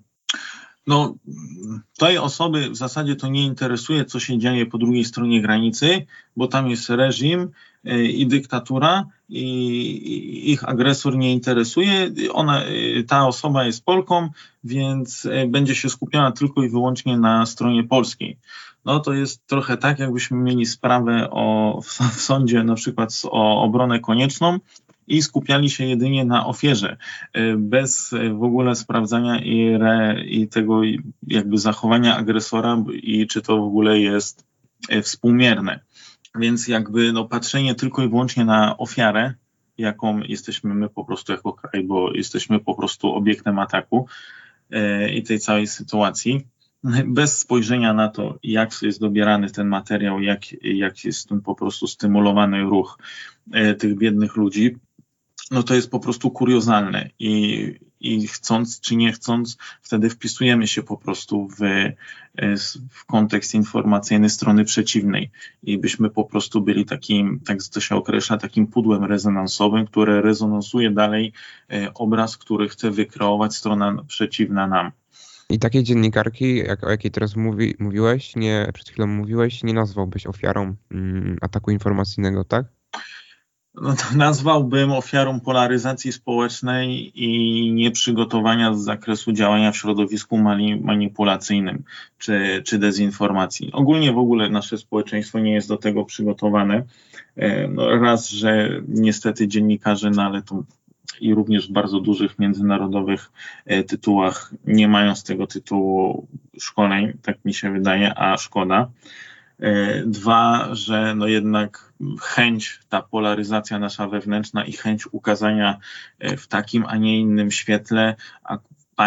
tej osoby w zasadzie to nie interesuje, co się dzieje po drugiej stronie granicy, bo tam jest reżim i dyktatura i ich agresor nie interesuje. Ta osoba jest Polką, więc będzie się skupiała tylko i wyłącznie na stronie polskiej. To jest trochę tak, jakbyśmy mieli sprawę w sądzie na przykład o obronę konieczną i skupiali się jedynie na ofierze, bez w ogóle sprawdzania i tego jakby zachowania agresora i czy to w ogóle jest współmierne. Więc jakby patrzenie tylko i wyłącznie na ofiarę, jaką jesteśmy my po prostu jako kraj, bo jesteśmy po prostu obiektem ataku i tej całej sytuacji, bez spojrzenia na to, jak jest dobierany ten materiał, jak jest tym po prostu stymulowany ruch tych biednych ludzi, to jest po prostu kuriozalne i chcąc czy nie chcąc, wtedy wpisujemy się po prostu w kontekst informacyjny strony przeciwnej i byśmy po prostu byli takim, tak to się określa, takim pudłem rezonansowym, które rezonansuje dalej obraz, który chce wykreować strona przeciwna nam. I takiej dziennikarki, o jakiej teraz przed chwilą mówiłeś, nie nazwałbyś ofiarą ataku informacyjnego, tak? To nazwałbym ofiarą polaryzacji społecznej i nieprzygotowania z zakresu działania w środowisku manipulacyjnym czy dezinformacji. Ogólnie w ogóle nasze społeczeństwo nie jest do tego przygotowane. Raz, że niestety dziennikarze, ale to i również w bardzo dużych międzynarodowych tytułach nie mają z tego tytułu szkoleń, tak mi się wydaje, a szkoda. Dwa, że no jednak chęć, ta polaryzacja nasza wewnętrzna i chęć ukazania w takim, a nie innym świetle, a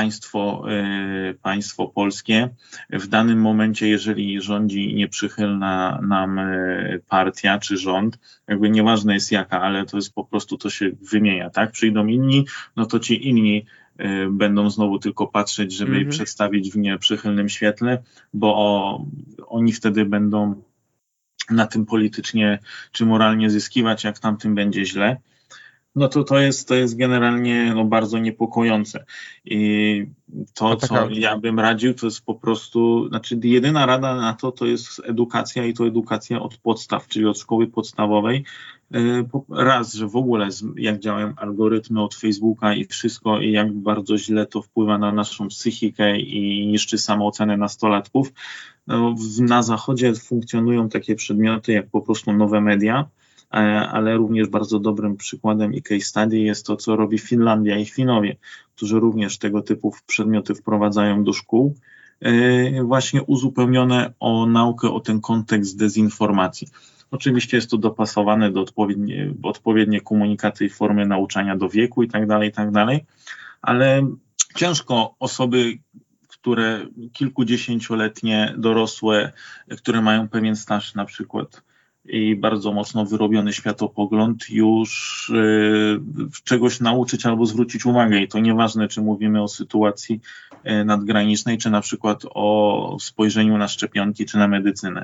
państwo polskie w danym momencie, jeżeli rządzi nieprzychylna nam partia czy rząd, jakby nieważne jest jaka, ale to jest po prostu, to się wymienia, tak? Przyjdą inni, no to ci inni będą znowu tylko patrzeć, żeby ich przedstawić w nieprzychylnym świetle, bo oni wtedy będą na tym politycznie czy moralnie zyskiwać, jak tamtym będzie źle. No to jest generalnie bardzo niepokojące. I co ja bym radził, to jest po prostu, jedyna rada na to jest edukacja i to edukacja od podstaw, czyli od szkoły podstawowej. Raz, że w ogóle jak działają algorytmy od Facebooka i wszystko i jak bardzo źle to wpływa na naszą psychikę i niszczy samoocenę nastolatków. Na Zachodzie funkcjonują takie przedmioty jak po prostu nowe media, ale również bardzo dobrym przykładem i case study jest to, co robi Finlandia i Finowie, którzy również tego typu przedmioty wprowadzają do szkół, właśnie uzupełnione o naukę o ten kontekst dezinformacji. Oczywiście jest to dopasowane do odpowiednie komunikaty i formy nauczania do wieku i tak dalej, ale ciężko osoby, które kilkudziesięcioletnie dorosłe, które mają pewien staż na przykład i bardzo mocno wyrobiony światopogląd, już czegoś nauczyć albo zwrócić uwagę. I to nieważne, czy mówimy o sytuacji nadgranicznej, czy na przykład o spojrzeniu na szczepionki, czy na medycynę.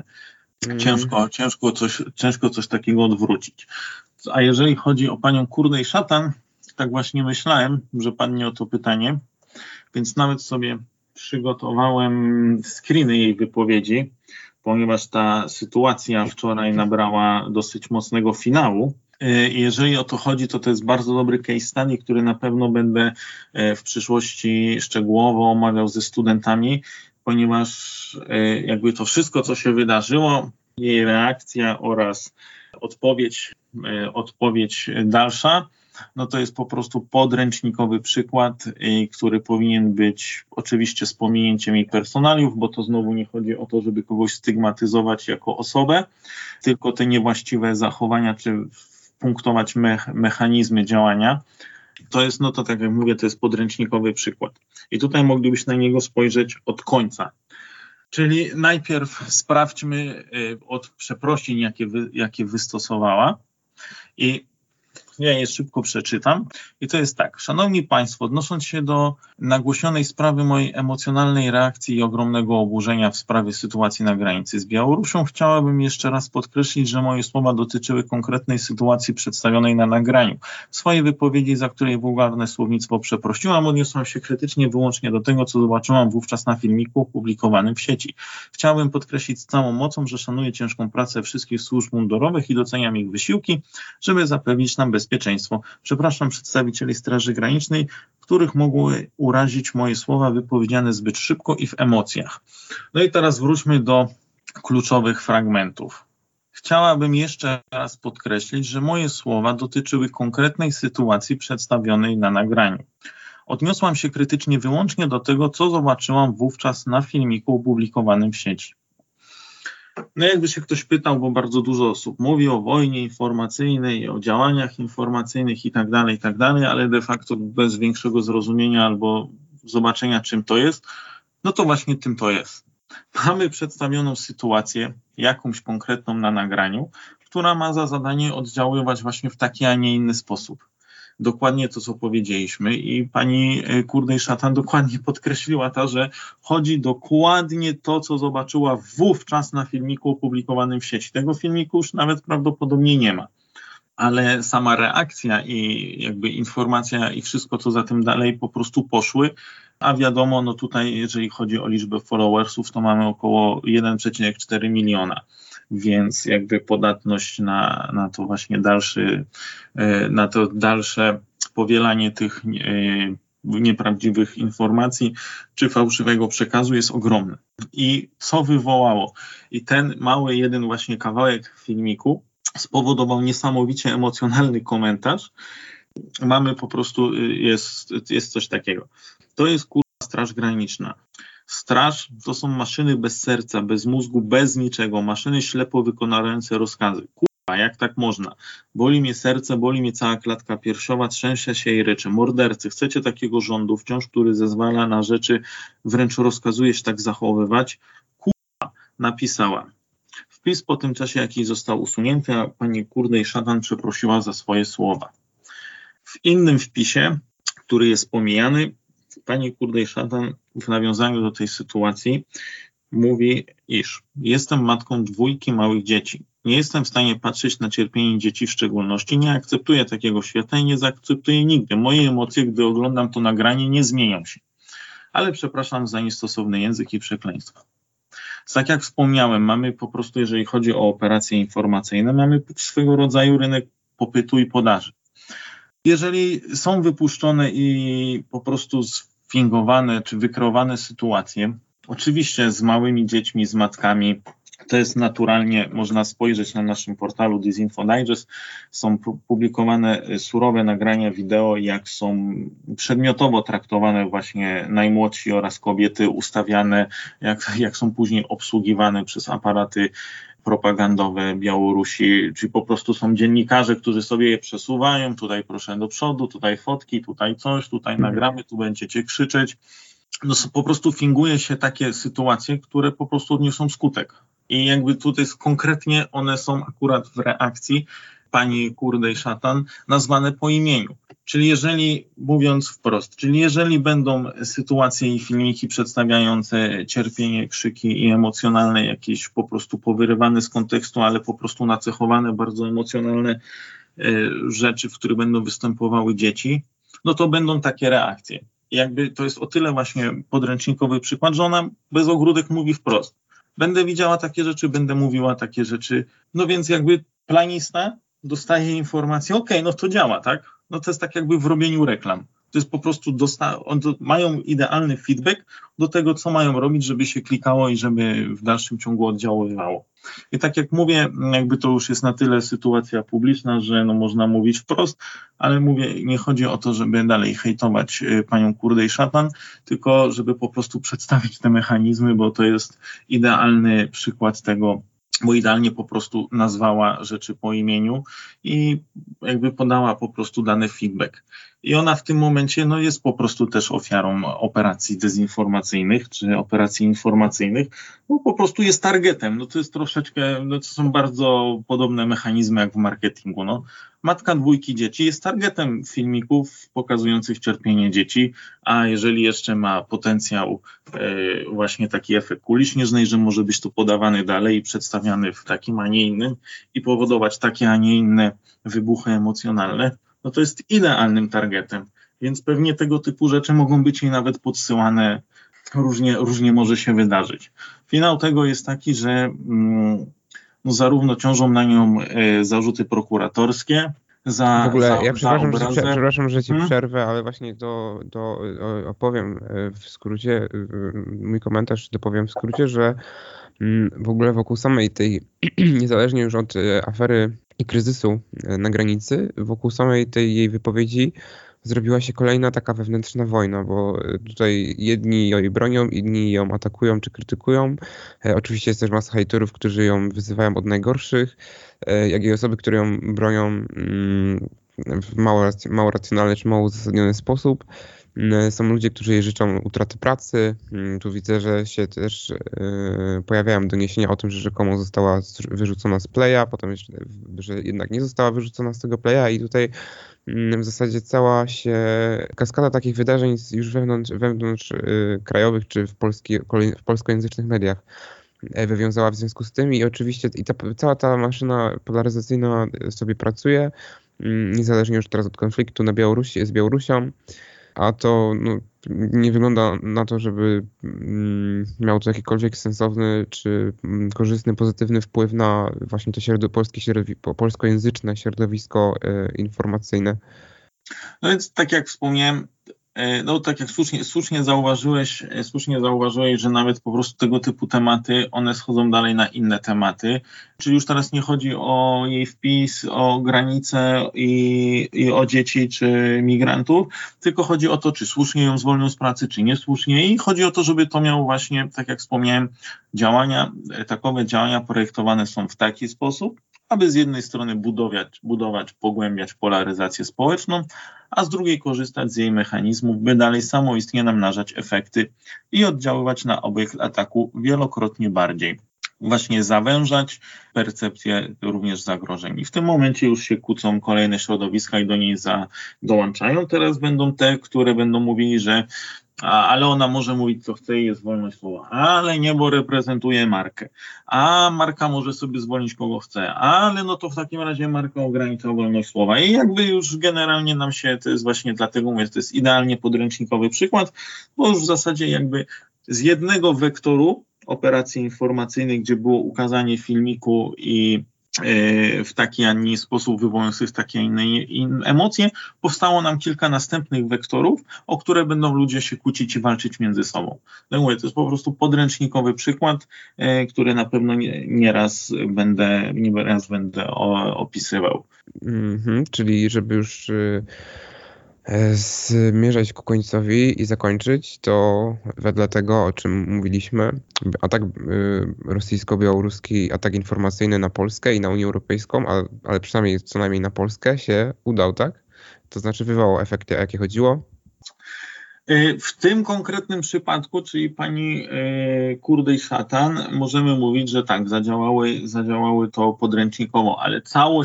Ciężko coś takiego odwrócić. A jeżeli chodzi o panią Kurde i Szatan, tak właśnie myślałem, że padnie o to pytanie, więc nawet sobie przygotowałem screeny jej wypowiedzi, ponieważ ta sytuacja wczoraj nabrała dosyć mocnego finału. Jeżeli o to chodzi, to jest bardzo dobry case study, który na pewno będę w przyszłości szczegółowo omawiał ze studentami, ponieważ jakby to wszystko, co się wydarzyło, jej reakcja oraz odpowiedź dalsza, no to jest po prostu podręcznikowy przykład, który powinien być oczywiście z pominięciem jej personaliów, bo to znowu nie chodzi o to, żeby kogoś stygmatyzować jako osobę, tylko te niewłaściwe zachowania czy punktować mechanizmy działania. To jest, no to tak jak mówię, to jest podręcznikowy przykład. I tutaj moglibyśmy na niego spojrzeć od końca. Czyli najpierw sprawdźmy od przeprosin, jakie wystosowała i ja je szybko przeczytam. I to jest tak. Szanowni Państwo, odnosząc się do nagłośnionej sprawy mojej emocjonalnej reakcji i ogromnego oburzenia w sprawie sytuacji na granicy z Białorusią, chciałabym jeszcze raz podkreślić, że moje słowa dotyczyły konkretnej sytuacji przedstawionej na nagraniu. W swojej wypowiedzi, za której wulgarne słownictwo przeprosiłam, odniosłam się krytycznie wyłącznie do tego, co zobaczyłam wówczas na filmiku opublikowanym w sieci. Chciałabym podkreślić z całą mocą, że szanuję ciężką pracę wszystkich służb mundurowych i doceniam ich wysiłki, żeby zapewnić nam bezpieczeństwo. Przepraszam przedstawicieli Straży Granicznej, których mogły urazić moje słowa wypowiedziane zbyt szybko i w emocjach. No i teraz wróćmy do kluczowych fragmentów. chciałabym jeszcze raz podkreślić, że moje słowa dotyczyły konkretnej sytuacji przedstawionej na nagraniu. Odniosłam się krytycznie wyłącznie do tego, co zobaczyłam wówczas na filmiku opublikowanym w sieci. No jakby się ktoś pytał, bo bardzo dużo osób mówi o wojnie informacyjnej, o działaniach informacyjnych i tak dalej, ale de facto bez większego zrozumienia albo zobaczenia, czym to jest, no to właśnie tym to jest. Mamy przedstawioną sytuację, jakąś konkretną na nagraniu, która ma za zadanie oddziaływać właśnie w taki, a nie inny sposób. Dokładnie to, co powiedzieliśmy i pani Kurdej-Szatan dokładnie podkreśliła że chodzi dokładnie to, co zobaczyła wówczas na filmiku opublikowanym w sieci. Tego filmiku już nawet prawdopodobnie nie ma, ale sama reakcja i jakby informacja i wszystko, co za tym dalej po prostu poszły, a wiadomo, no tutaj jeżeli chodzi o liczbę followersów, to mamy około 1,4 miliona. Więc jakby podatność na to właśnie dalsze powielanie tych nieprawdziwych informacji czy fałszywego przekazu jest ogromne. I co wywołało? I ten mały jeden właśnie kawałek filmiku spowodował niesamowicie emocjonalny komentarz. Mamy po prostu, jest coś takiego. To jest Straż Graniczna. Straż to są maszyny bez serca, bez mózgu, bez niczego. Maszyny ślepo wykonujące rozkazy. Jak tak można? Boli mnie serce, boli mnie cała klatka piersiowa, trzęsie się i ryczy. Mordercy, chcecie takiego rządu wciąż, który zezwala na rzeczy, wręcz rozkazuje się tak zachowywać? Napisała. Wpis po tym czasie, jaki został usunięty, a pani Kurdej-Szatan przeprosiła za swoje słowa. W innym wpisie, który jest pomijany, pani Kurdej-Szatan w nawiązaniu do tej sytuacji mówi, iż jestem matką 2 małych dzieci. Nie jestem w stanie patrzeć na cierpienie dzieci w szczególności. Nie akceptuję takiego świata i nie zaakceptuję nigdy. Moje emocje, gdy oglądam to nagranie, nie zmienią się. Ale przepraszam za niestosowny język i przekleństwa. Tak jak wspomniałem, mamy po prostu, jeżeli chodzi o operacje informacyjne, mamy swego rodzaju rynek popytu i podaży. Jeżeli są wypuszczone i po prostu sfingowane czy wykreowane sytuacje, oczywiście z małymi dziećmi, z matkami, to jest naturalnie, można spojrzeć na naszym portalu Disinfo Digest, są publikowane surowe nagrania wideo, jak są przedmiotowo traktowane właśnie najmłodsi oraz kobiety, ustawiane, jak są później obsługiwane przez aparaty propagandowe Białorusi, czyli po prostu są dziennikarze, którzy sobie je przesuwają, tutaj proszę do przodu, tutaj fotki, tutaj coś, tutaj nagramy, tu będziecie krzyczeć. No, po prostu finguje się takie sytuacje, które po prostu odniosą skutek. I jakby tutaj konkretnie one są akurat w reakcji pani Kurdej-Szatan nazwane po imieniu. Czyli jeżeli będą sytuacje i filmiki przedstawiające cierpienie, krzyki i emocjonalne, jakieś po prostu powyrywane z kontekstu, ale po prostu nacechowane bardzo emocjonalne rzeczy, w których będą występowały dzieci, no to będą takie reakcje. I jakby to jest o tyle właśnie podręcznikowy przykład, że ona bez ogródek mówi wprost. Będę widziała takie rzeczy, będę mówiła takie rzeczy. No więc jakby planista dostaje informację, no to działa, tak? No to jest tak jakby w robieniu reklam. To jest po prostu, mają idealny feedback do tego, co mają robić, żeby się klikało i żeby w dalszym ciągu oddziaływało. I tak jak mówię, jakby to już jest na tyle sytuacja publiczna, że no można mówić wprost, ale mówię, nie chodzi o to, żeby dalej hejtować panią Kurdej-Szatan, tylko żeby po prostu przedstawić te mechanizmy, bo to jest idealny przykład tego, bo idealnie po prostu nazwała rzeczy po imieniu i jakby podała po prostu dany feedback. I ona w tym momencie jest po prostu też ofiarą operacji dezinformacyjnych czy operacji informacyjnych, bo po prostu jest targetem. To jest troszeczkę, to są bardzo podobne mechanizmy jak w marketingu. Matka 2 dzieci jest targetem filmików pokazujących cierpienie dzieci, a jeżeli jeszcze ma potencjał właśnie taki efekt kuli śnieżnej, że może być to podawany dalej i przedstawiany w takim, a nie innym i powodować takie, a nie inne wybuchy emocjonalne, to jest idealnym targetem. Więc pewnie tego typu rzeczy mogą być jej nawet podsyłane, różnie może się wydarzyć. Finał tego jest taki, że zarówno ciążą na nią zarzuty prokuratorskie, w ogóle ja przepraszam, że ci przerwę, ale właśnie opowiem w skrócie, mój komentarz dopowiem w skrócie, że W ogóle wokół samej tej, niezależnie już od afery i kryzysu na granicy, wokół samej tej jej wypowiedzi zrobiła się kolejna taka wewnętrzna wojna, bo tutaj jedni jej bronią, inni ją atakują czy krytykują. Oczywiście jest też masa hejterów, którzy ją wyzywają od najgorszych, jak i osoby, które ją bronią w mało racjonalny czy mało uzasadniony sposób. Są ludzie, którzy jej życzą utraty pracy. Tu widzę, że się też pojawiają doniesienia o tym, że rzekomo została wyrzucona z Playa, potem jeszcze, że jednak nie została wyrzucona z tego Playa i tutaj w zasadzie cała się kaskada takich wydarzeń już wewnątrz krajowych czy w polskojęzycznych mediach wywiązała w związku z tym i oczywiście cała ta maszyna polaryzacyjna sobie pracuje, niezależnie już teraz od konfliktu z Białorusią, a to nie wygląda na to, żeby miał to jakikolwiek sensowny czy korzystny, pozytywny wpływ na właśnie to polskojęzyczne środowisko informacyjne. No więc tak jak wspomniałem, tak jak słusznie zauważyłeś, że nawet po prostu tego typu tematy, one schodzą dalej na inne tematy. Czyli już teraz nie chodzi o jej wpis, o granice i o dzieci czy migrantów, tylko chodzi o to, czy słusznie ją zwolnią z pracy, czy niesłusznie i chodzi o to, żeby to miało właśnie, tak jak wspomniałem, takowe działania projektowane są w taki sposób, aby z jednej strony budować, pogłębiać polaryzację społeczną, a z drugiej korzystać z jej mechanizmów, by dalej samoistnie namnażać efekty i oddziaływać na obiekt ataku wielokrotnie bardziej. Właśnie zawężać percepcję również zagrożeń. I w tym momencie już się kłócą kolejne środowiska i do niej dołączają. Teraz będą te, które będą mówili, że ale ona może mówić co chce i jest wolność słowa, ale nie, bo reprezentuje markę, a marka może sobie zwolnić kogo chce, ale no to w takim razie marka ogranicza wolność słowa i jakby już generalnie nam się, to jest właśnie dlatego mówię, to jest idealnie podręcznikowy przykład, bo już w zasadzie jakby z jednego wektoru operacji informacyjnej, gdzie było ukazanie filmiku i w taki, a nie inny sposób wywołujących takie inne emocje, powstało nam kilka następnych wektorów, o które będą ludzie się kłócić i walczyć między sobą. No mówię, to jest po prostu podręcznikowy przykład, który na pewno nieraz będę opisywał. Czyli żeby już zmierzać ku końcowi i zakończyć, to wedle tego, o czym mówiliśmy, atak rosyjsko-białoruski, atak informacyjny na Polskę i na Unię Europejską, ale przynajmniej co najmniej na Polskę się udał, tak? To znaczy wywołał efekty, o jakie chodziło? W tym konkretnym przypadku, czyli pani Kurdy i Szatan, możemy mówić, że tak, zadziałały to podręcznikowo, ale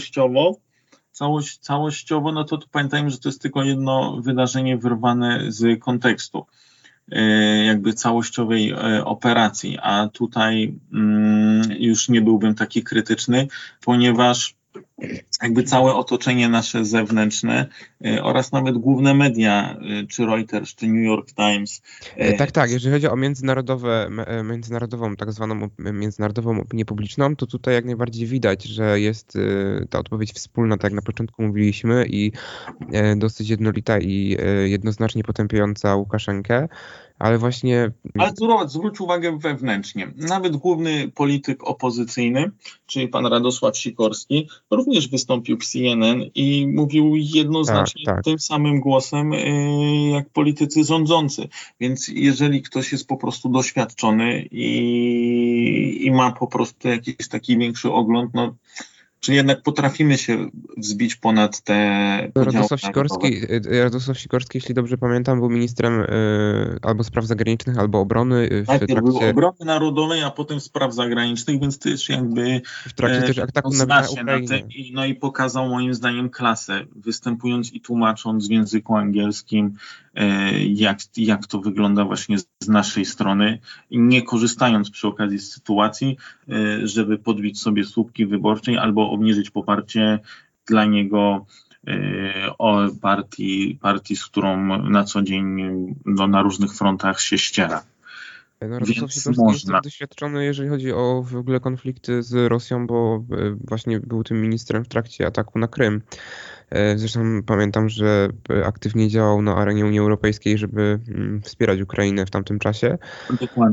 całościowo, no to tu pamiętajmy, że to jest tylko jedno wydarzenie wyrwane z kontekstu jakby całościowej operacji, a tutaj już nie byłbym taki krytyczny, ponieważ jakby całe otoczenie nasze zewnętrzne oraz nawet główne media, czy Reuters, czy New York Times. Tak, jeżeli chodzi o międzynarodową, tak zwaną międzynarodową opinię publiczną, to tutaj jak najbardziej widać, że jest ta odpowiedź wspólna, tak jak na początku mówiliśmy i dosyć jednolita i jednoznacznie potępiająca Łukaszenkę. Ale właśnie... Ale zwróć uwagę wewnętrznie. Nawet główny polityk opozycyjny, czyli pan Radosław Sikorski, również wystąpił w CNN i mówił jednoznacznie tym samym głosem jak politycy rządzący. Więc jeżeli ktoś jest po prostu doświadczony i ma po prostu jakiś taki większy ogląd, no czyli jednak potrafimy się wzbić ponad te podziały. Radosław Sikorski, jeśli dobrze pamiętam, był ministrem albo spraw zagranicznych, albo obrony. Najpierw był obrony narodowej, a potem spraw zagranicznych, więc też jakby w trakcie też ataku na Ukrainę. No i pokazał moim zdaniem klasę, występując i tłumacząc w języku angielskim, jak to wygląda właśnie z naszej strony i nie korzystając przy okazji z sytuacji, żeby podbić sobie słupki wyborczej albo obniżyć poparcie dla niego o partii, z którą na co dzień na różnych frontach się ściera. Radosław Sikorski jest tak doświadczony, jeżeli chodzi o w ogóle konflikty z Rosją, bo właśnie był tym ministrem w trakcie ataku na Krym. Zresztą pamiętam, że aktywnie działał na arenie Unii Europejskiej, żeby wspierać Ukrainę w tamtym czasie. Dokładnie.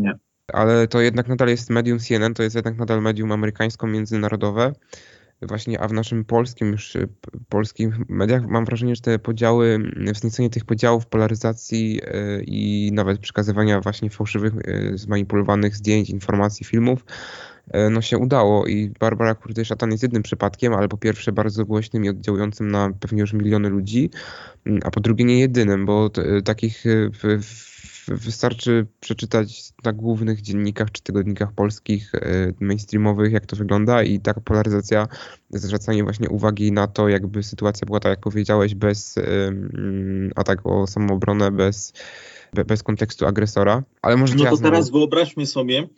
ale to jednak nadal jest medium CNN, to jest jednak nadal medium amerykańsko-międzynarodowe. Właśnie, a w naszym polskich mediach mam wrażenie, że te podziały, wzniecenie tych podziałów, polaryzacji i nawet przekazywania właśnie fałszywych, zmanipulowanych zdjęć, informacji, filmów, no się udało i Barbara Kurdej-Szatan jest jednym przypadkiem, ale po pierwsze bardzo głośnym i oddziałującym na pewnie już miliony ludzi, a po drugie nie jedynym, bo takich wystarczy przeczytać na głównych dziennikach czy tygodnikach polskich, mainstreamowych, jak to wygląda i taka polaryzacja, zwracanie właśnie uwagi na to, jakby sytuacja była tak, jak powiedziałeś, bez ataku o samoobronę, bez kontekstu agresora. Ale może no to teraz wyobraźmy sobie,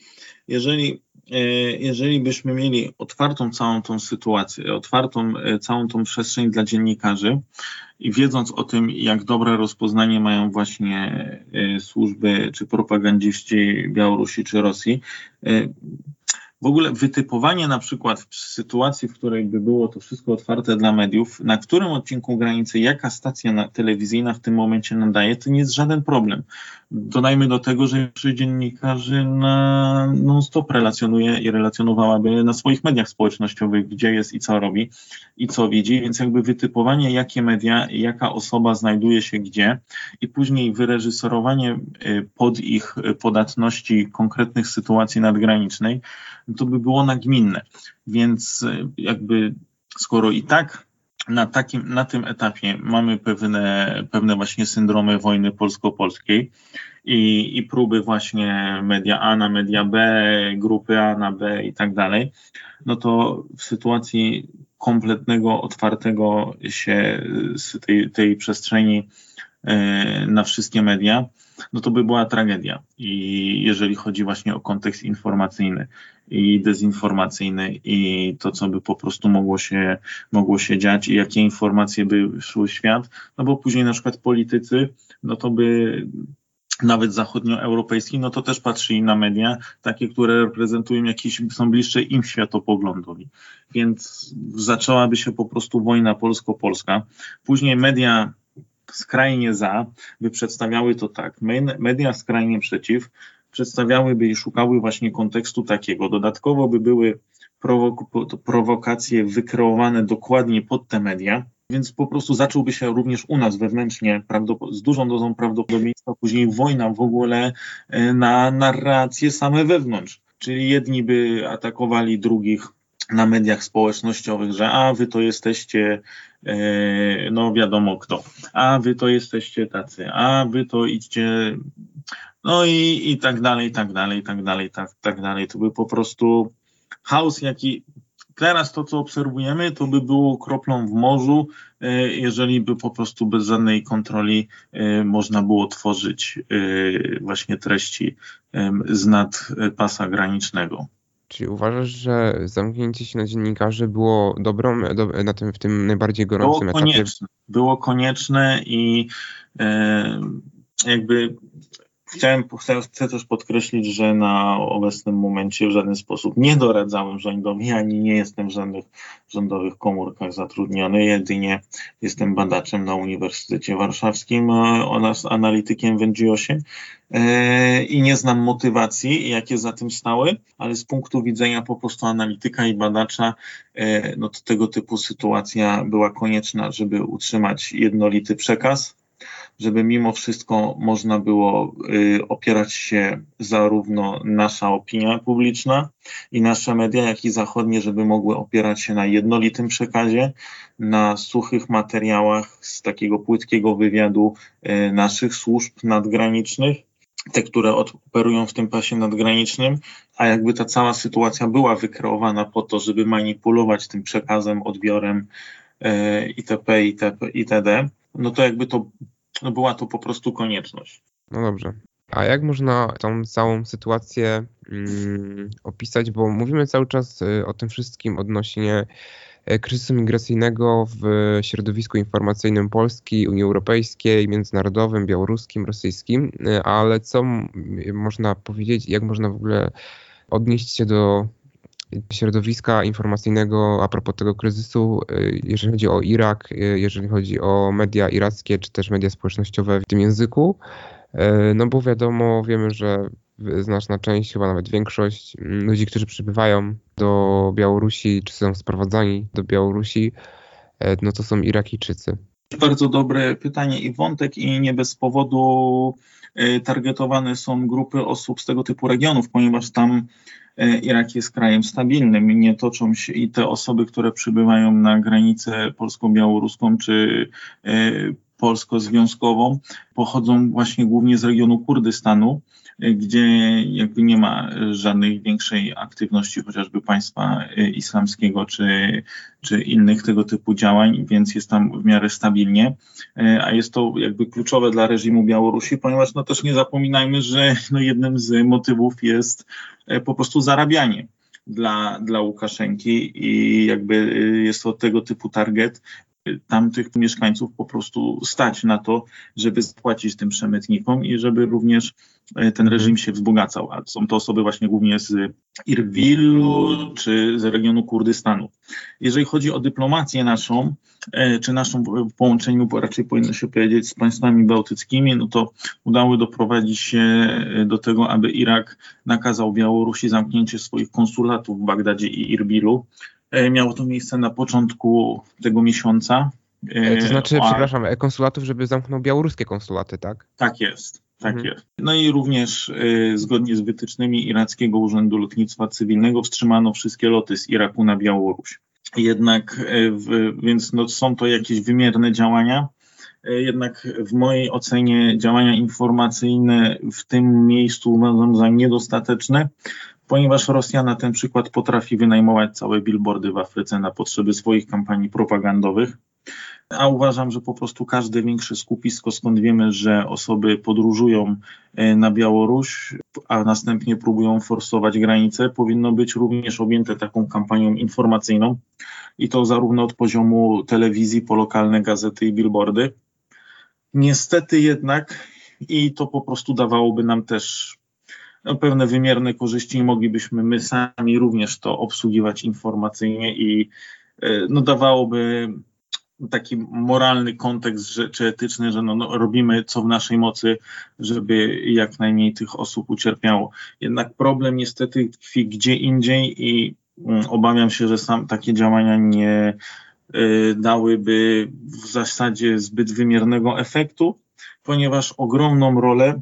jeżeli byśmy mieli otwartą całą tą sytuację, otwartą całą tą przestrzeń dla dziennikarzy i wiedząc o tym, jak dobre rozpoznanie mają właśnie służby czy propagandziści Białorusi czy Rosji, w ogóle wytypowanie na przykład w sytuacji, w której by było to wszystko otwarte dla mediów, na którym odcinku granicy, jaka stacja telewizyjna w tym momencie nadaje, to nie jest żaden problem. Dodajmy do tego, że większość dziennikarzy non-stop relacjonuje i relacjonowałaby na swoich mediach społecznościowych, gdzie jest i co robi i co widzi, więc jakby wytypowanie, jakie media, jaka osoba znajduje się gdzie i później wyreżyserowanie pod ich podatności konkretnych sytuacji nadgranicznej, to by było nagminne. Więc jakby skoro i tak na tym etapie mamy pewne właśnie syndromy wojny polsko-polskiej i próby właśnie media A na media B, grupy A na B i tak dalej, no to w sytuacji kompletnego, otwartego się z tej przestrzeni na wszystkie media, no to by była tragedia. I jeżeli chodzi właśnie o kontekst informacyjny i dezinformacyjny i to, co by po prostu mogło się dziać i jakie informacje by szły w świat, no bo później na przykład politycy, no to by nawet zachodnioeuropejski, no to też patrzyli na media, takie, które reprezentują jakieś, są bliższe im światopoglądowi. Więc zaczęłaby się po prostu wojna polsko-polska. Później media skrajnie by przedstawiały to tak. Media skrajnie przeciw przedstawiałyby i szukały właśnie kontekstu takiego. Dodatkowo by były prowokacje wykreowane dokładnie pod te media, więc po prostu zacząłby się również u nas wewnętrznie z dużą dozą prawdopodobieństwa później wojna w ogóle na narracje same wewnątrz. Czyli jedni by atakowali drugich na mediach społecznościowych, że wy to jesteście, no wiadomo kto, wy to jesteście tacy, wy to idźcie, no i tak dalej, tak dalej. To by po prostu chaos, jaki teraz to, co obserwujemy, to by było kroplą w morzu, jeżeli by po prostu bez żadnej kontroli można było tworzyć właśnie treści z nad pasa granicznego. Czyli uważasz, że zamknięcie się na dziennikarzy było dobrą w tym najbardziej gorącym etapie? Było konieczne i jakby chcę też podkreślić, że na obecnym momencie w żaden sposób nie doradzałem rządowi, ani nie jestem w żadnych rządowych komórkach zatrudniony, jedynie jestem badaczem na Uniwersytecie Warszawskim oraz analitykiem w NGOS-ie i nie znam motywacji, jakie za tym stały, ale z punktu widzenia po prostu analityka i badacza, no to tego typu sytuacja była konieczna, żeby utrzymać jednolity przekaz, żeby mimo wszystko można było opierać się zarówno nasza opinia publiczna i nasze media, jak i zachodnie, żeby mogły opierać się na jednolitym przekazie, na suchych materiałach z takiego płytkiego wywiadu naszych służb nadgranicznych, te, które operują w tym pasie nadgranicznym, a jakby ta cała sytuacja była wykreowana po to, żeby manipulować tym przekazem, odbiorem itp., itd., no to jakby to była to po prostu konieczność. No dobrze. A jak można tą całą sytuację opisać, bo mówimy cały czas o tym wszystkim odnośnie kryzysu migracyjnego w środowisku informacyjnym Polski, Unii Europejskiej, międzynarodowym, białoruskim, rosyjskim, ale co można powiedzieć, jak można w ogóle odnieść się do środowiska informacyjnego a propos tego kryzysu, jeżeli chodzi o Irak, jeżeli chodzi o media irackie, czy też media społecznościowe w tym języku, no bo wiemy, że znaczna część, chyba nawet większość ludzi, którzy przybywają do Białorusi, czy są sprowadzani do Białorusi, no to są Irakijczycy. Bardzo dobre pytanie i wątek, i nie bez powodu targetowane są grupy osób z tego typu regionów, ponieważ tam Irak jest krajem stabilnym. Nie toczą się i te osoby, które przybywają na granicę polsko-białoruską czy polsko-związkową, pochodzą właśnie głównie z regionu Kurdystanu, gdzie jakby nie ma żadnej większej aktywności chociażby państwa islamskiego czy innych tego typu działań, więc jest tam w miarę stabilnie, a jest to jakby kluczowe dla reżimu Białorusi, ponieważ no też nie zapominajmy, że no jednym z motywów jest po prostu zarabianie dla Łukaszenki i jakby jest to tego typu target. Tamtych mieszkańców po prostu stać na to, żeby zapłacić tym przemytnikom i żeby również ten reżim się wzbogacał. A są to osoby właśnie głównie z Irbilu czy z regionu Kurdystanu. Jeżeli chodzi o dyplomację naszą, czy naszą w połączeniu, bo raczej powinno się powiedzieć, z państwami bałtyckimi, no to udało doprowadzić się do tego, aby Irak nakazał Białorusi zamknięcie swoich konsulatów w Bagdadzie i Irbilu. Miało to miejsce na początku tego miesiąca. To znaczy, przepraszam, konsulatów, żeby zamknął białoruskie konsulaty, tak? Tak jest, tak jest. No i również zgodnie z wytycznymi Irackiego Urzędu Lotnictwa Cywilnego wstrzymano wszystkie loty z Iraku na Białoruś. Jednak, więc no, są to jakieś wymierne działania. Jednak w mojej ocenie działania informacyjne w tym miejscu uważam za niedostateczne, ponieważ Rosja na ten przykład potrafi wynajmować całe billboardy w Afryce na potrzeby swoich kampanii propagandowych, a uważam, że po prostu każde większe skupisko, skąd wiemy, że osoby podróżują na Białoruś, a następnie próbują forsować granice, powinno być również objęte taką kampanią informacyjną i to zarówno od poziomu telewizji, po lokalne gazety i billboardy. Niestety jednak i to po prostu dawałoby nam też pewne wymierne korzyści i moglibyśmy my sami również to obsługiwać informacyjnie i no, dawałoby taki moralny kontekst czy etyczny, że no, robimy co w naszej mocy, żeby jak najmniej tych osób ucierpiało. Jednak problem niestety tkwi gdzie indziej i obawiam się, że sam takie działania nie dałyby w zasadzie zbyt wymiernego efektu, ponieważ ogromną rolę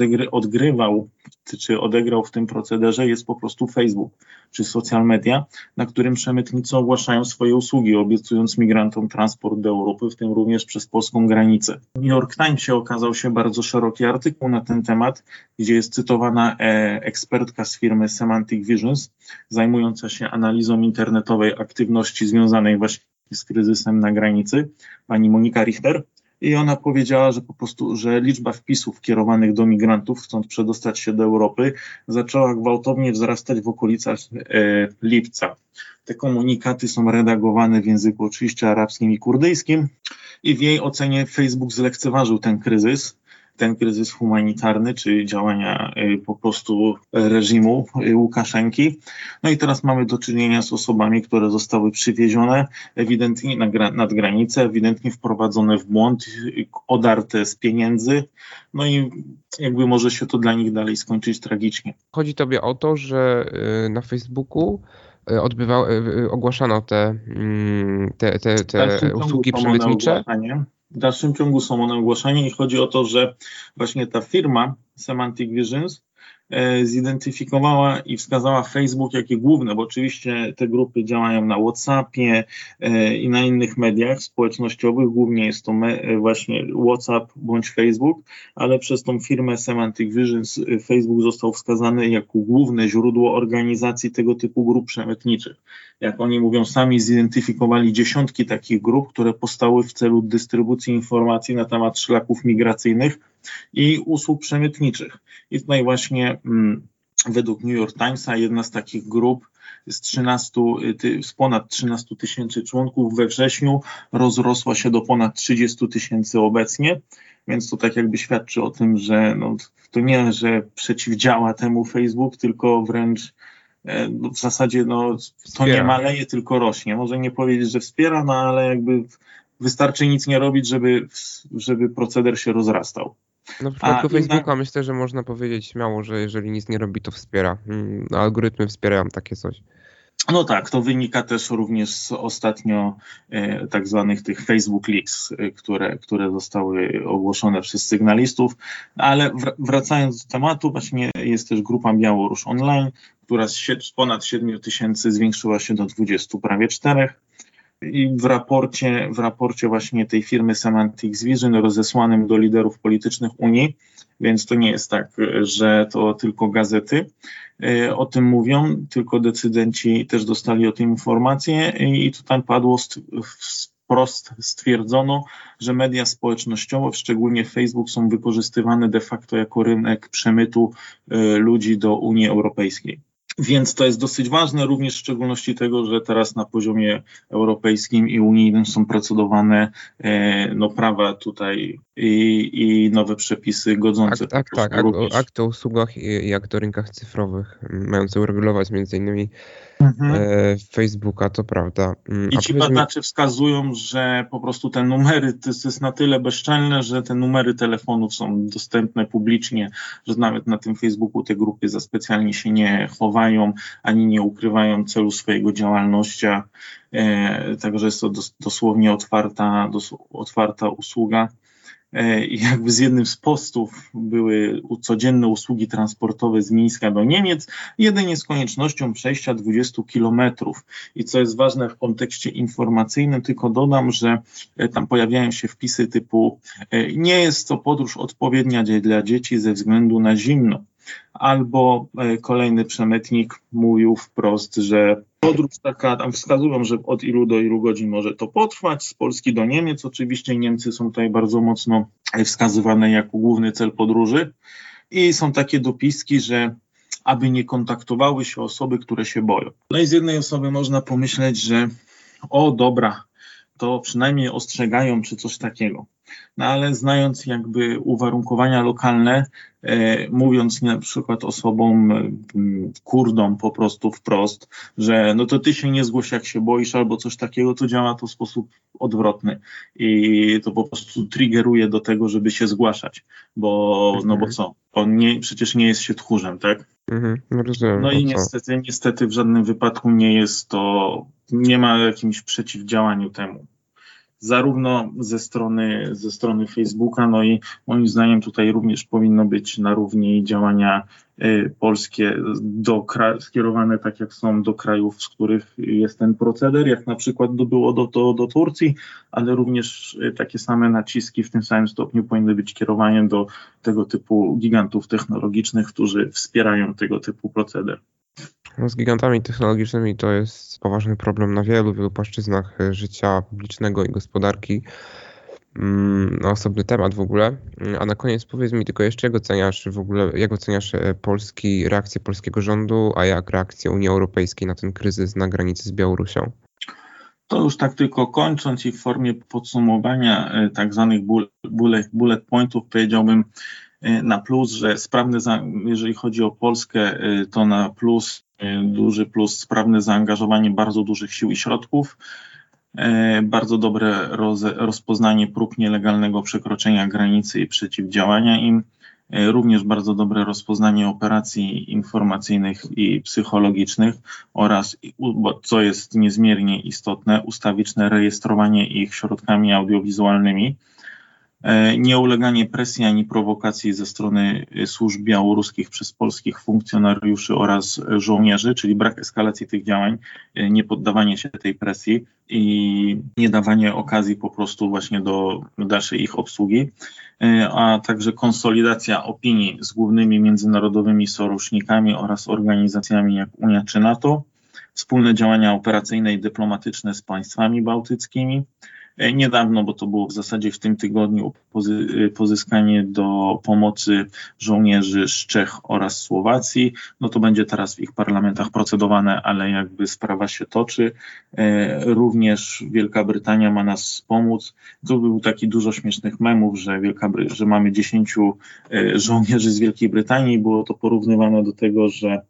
odegrał w tym procederze jest po prostu Facebook czy social media, na którym przemytnicy ogłaszają swoje usługi, obiecując migrantom transport do Europy, w tym również przez polską granicę. W New York Timesie okazał się bardzo szeroki artykuł na ten temat, gdzie jest cytowana ekspertka z firmy Semantic Visions, zajmująca się analizą internetowej aktywności związanej właśnie z kryzysem na granicy, pani Monika Richter. I ona powiedziała, że po prostu, że liczba wpisów kierowanych do migrantów, chcąc przedostać się do Europy, zaczęła gwałtownie wzrastać w okolicach lipca. Te komunikaty są redagowane w języku oczywiście arabskim i kurdyjskim i w jej ocenie Facebook zlekceważył ten kryzys humanitarny, czy działania po prostu reżimu Łukaszenki. No i teraz mamy do czynienia z osobami, które zostały przywiezione ewidentnie nad granicę, ewidentnie wprowadzone w błąd, odarte z pieniędzy, no i jakby może się to dla nich dalej skończyć tragicznie. Chodzi tobie o to, że na Facebooku ogłaszano te usługi przemytnicze? W dalszym ciągu są one ogłaszane i chodzi o to, że właśnie ta firma Semantic Visions zidentyfikowała i wskazała Facebook jakie główne, bo oczywiście te grupy działają na WhatsAppie i na innych mediach społecznościowych, głównie jest to właśnie WhatsApp bądź Facebook, ale przez tą firmę Semantic Visions Facebook został wskazany jako główne źródło organizacji tego typu grup przemytniczych. Jak oni mówią, sami zidentyfikowali dziesiątki takich grup, które powstały w celu dystrybucji informacji na temat szlaków migracyjnych i usług przemytniczych. I tutaj właśnie według New York Timesa jedna z takich grup z ponad 13 000 członków we wrześniu rozrosła się do ponad 30 000 obecnie, więc to tak jakby świadczy o tym, że no, to nie, że przeciwdziała temu Facebook, tylko wręcz w zasadzie no, to nie maleje, tylko rośnie. Może nie powiedzieć, że wspiera, no ale jakby wystarczy nic nie robić, żeby proceder się rozrastał. No w przypadku Facebooka myślę, że można powiedzieć śmiało, że jeżeli nic nie robi, to wspiera. Algorytmy wspierają takie coś. No tak, to wynika też również z ostatnio tak zwanych tych Facebook Leaks, które zostały ogłoszone przez sygnalistów, ale wracając do tematu, właśnie jest też grupa Białoruś Online, która z ponad 7 tysięcy zwiększyła się do 20 prawie 4. I w raporcie właśnie tej firmy Semantics Vision rozesłanym do liderów politycznych Unii, więc to nie jest tak, że to tylko gazety o tym mówią, tylko decydenci też dostali o tym informację i tutaj padło wprost stwierdzono, że media społecznościowe, szczególnie Facebook, są wykorzystywane de facto jako rynek przemytu ludzi do Unii Europejskiej. Więc to jest dosyć ważne, również w szczególności tego, że teraz na poziomie europejskim i unijnym są procedowane prawa tutaj i nowe przepisy godzące. Akt o usługach i akt o rynkach cyfrowych, mający uregulować między innymi Facebooka, to prawda. I ci badacze wskazują, że po prostu te numery, to jest na tyle bezczelne, że te numery telefonów są dostępne publicznie, że nawet na tym Facebooku te grupy za specjalnie się nie chowają, ani nie ukrywają celu swojego działalności. Także jest to dosłownie otwarta usługa. I jakby z jednym z postów były codzienne usługi transportowe z Mińska do Niemiec, jedynie z koniecznością przejścia 20 kilometrów. I co jest ważne w kontekście informacyjnym, tylko dodam, że tam pojawiają się wpisy typu nie jest to podróż odpowiednia dla dzieci ze względu na zimno. Albo kolejny przemytnik mówił wprost, że podróż taka, tam wskazują, że od ilu do ilu godzin może to potrwać, z Polski do Niemiec. Oczywiście Niemcy są tutaj bardzo mocno wskazywane jako główny cel podróży i są takie dopiski, że aby nie kontaktowały się osoby, które się boją. No i z jednej osoby można pomyśleć, że o dobra, to przynajmniej ostrzegają czy coś takiego. No ale znając jakby uwarunkowania lokalne, mówiąc na przykład osobom, Kurdom po prostu wprost, że no to ty się nie zgłoś jak się boisz albo coś takiego, to działa to w sposób odwrotny i to po prostu triggeruje do tego, żeby się zgłaszać, bo co, on przecież nie jest się tchórzem, tak? Rozumiem, no i niestety w żadnym wypadku nie ma jakimś przeciwdziałaniu temu. Zarówno ze strony Facebooka, no i moim zdaniem tutaj również powinno być na równi działania polskie skierowane tak jak są do krajów, z których jest ten proceder, jak na przykład było do Turcji, ale również takie same naciski w tym samym stopniu powinny być kierowane do tego typu gigantów technologicznych, którzy wspierają tego typu proceder. Z gigantami technologicznymi to jest poważny problem na wielu płaszczyznach życia publicznego i gospodarki. Osobny temat w ogóle. A na koniec powiedz mi tylko jeszcze, jak oceniasz reakcję polskiego rządu, a jak reakcję Unii Europejskiej na ten kryzys na granicy z Białorusią? To już tak tylko kończąc i w formie podsumowania tak zwanych bullet pointów powiedziałbym na plus, że jeżeli chodzi o Polskę, to na plus, duży plus, sprawne zaangażowanie bardzo dużych sił i środków, bardzo dobre rozpoznanie prób nielegalnego przekroczenia granicy i przeciwdziałania im, również bardzo dobre rozpoznanie operacji informacyjnych i psychologicznych oraz, co jest niezmiernie istotne, ustawiczne rejestrowanie ich środkami audiowizualnymi, nieuleganie presji ani prowokacji ze strony służb białoruskich przez polskich funkcjonariuszy oraz żołnierzy, czyli brak eskalacji tych działań, nie poddawanie się tej presji i nie dawanie okazji po prostu właśnie do dalszej ich obsługi, a także konsolidacja opinii z głównymi międzynarodowymi sojusznikami oraz organizacjami jak Unia czy NATO, wspólne działania operacyjne i dyplomatyczne z państwami bałtyckimi. Niedawno, bo to było w zasadzie w tym tygodniu, pozyskanie do pomocy żołnierzy z Czech oraz Słowacji. No to będzie teraz w ich parlamentach procedowane, ale jakby sprawa się toczy. Również Wielka Brytania ma nas wspomóc. To był taki dużo śmiesznych memów, że mamy 10 żołnierzy z Wielkiej Brytanii. Było to porównywane do tego, że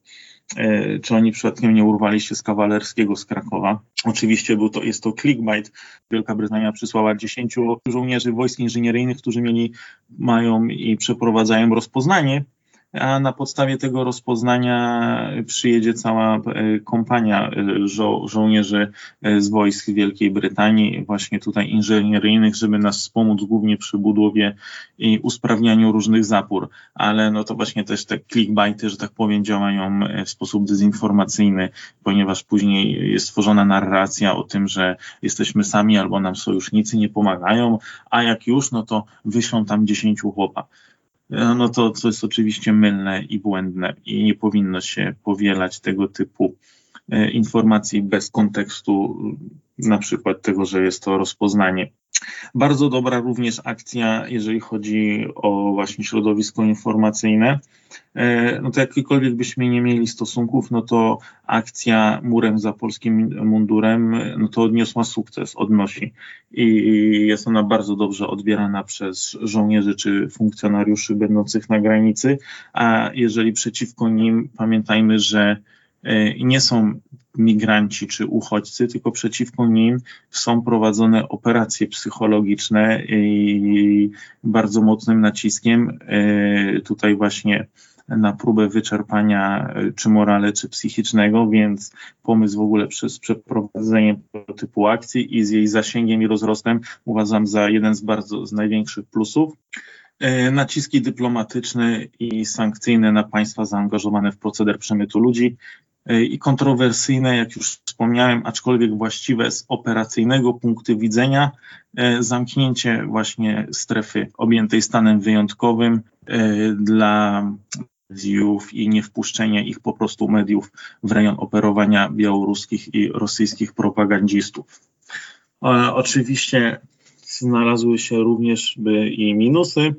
czy oni przypadkiem nie urwali się z kawalerskiego z Krakowa. Oczywiście jest to clickbait. Wielka Brytania przysłała 10 żołnierzy wojsk inżynieryjnych, którzy mają i przeprowadzają rozpoznanie, a na podstawie tego rozpoznania przyjedzie cała kompania żołnierzy z wojsk Wielkiej Brytanii, właśnie tutaj inżynieryjnych, żeby nas wspomóc głównie przy budowie i usprawnianiu różnych zapór. Ale no to właśnie też te clickbaity, że tak powiem, działają w sposób dezinformacyjny, ponieważ później jest tworzona narracja o tym, że jesteśmy sami albo nam sojusznicy nie pomagają, a jak już, no to wyślą tam 10 chłopa. No to jest oczywiście mylne i błędne i nie powinno się powielać tego typu informacji bez kontekstu, na przykład tego, że jest to rozpoznanie. Bardzo dobra również akcja, jeżeli chodzi o właśnie środowisko informacyjne. No to jakiekolwiek byśmy nie mieli stosunków, no to akcja Murem za polskim mundurem, no to odniosła sukces, odnosi. I jest ona bardzo dobrze odbierana przez żołnierzy czy funkcjonariuszy będących na granicy, a jeżeli przeciwko nim, pamiętajmy, że nie są migranci czy uchodźcy, tylko przeciwko nim są prowadzone operacje psychologiczne i bardzo mocnym naciskiem tutaj właśnie na próbę wyczerpania czy morale, czy psychicznego, więc pomysł w ogóle przez przeprowadzenie tego typu akcji i z jej zasięgiem i rozrostem uważam za jeden z największych plusów. Naciski dyplomatyczne i sankcyjne na państwa zaangażowane w proceder przemytu ludzi i kontrowersyjne, jak już wspomniałem, aczkolwiek właściwe z operacyjnego punktu widzenia, zamknięcie właśnie strefy objętej stanem wyjątkowym dla mediów i niewpuszczenie ich po prostu mediów w rejon operowania białoruskich i rosyjskich propagandzistów. Oczywiście znalazły się również i minusy.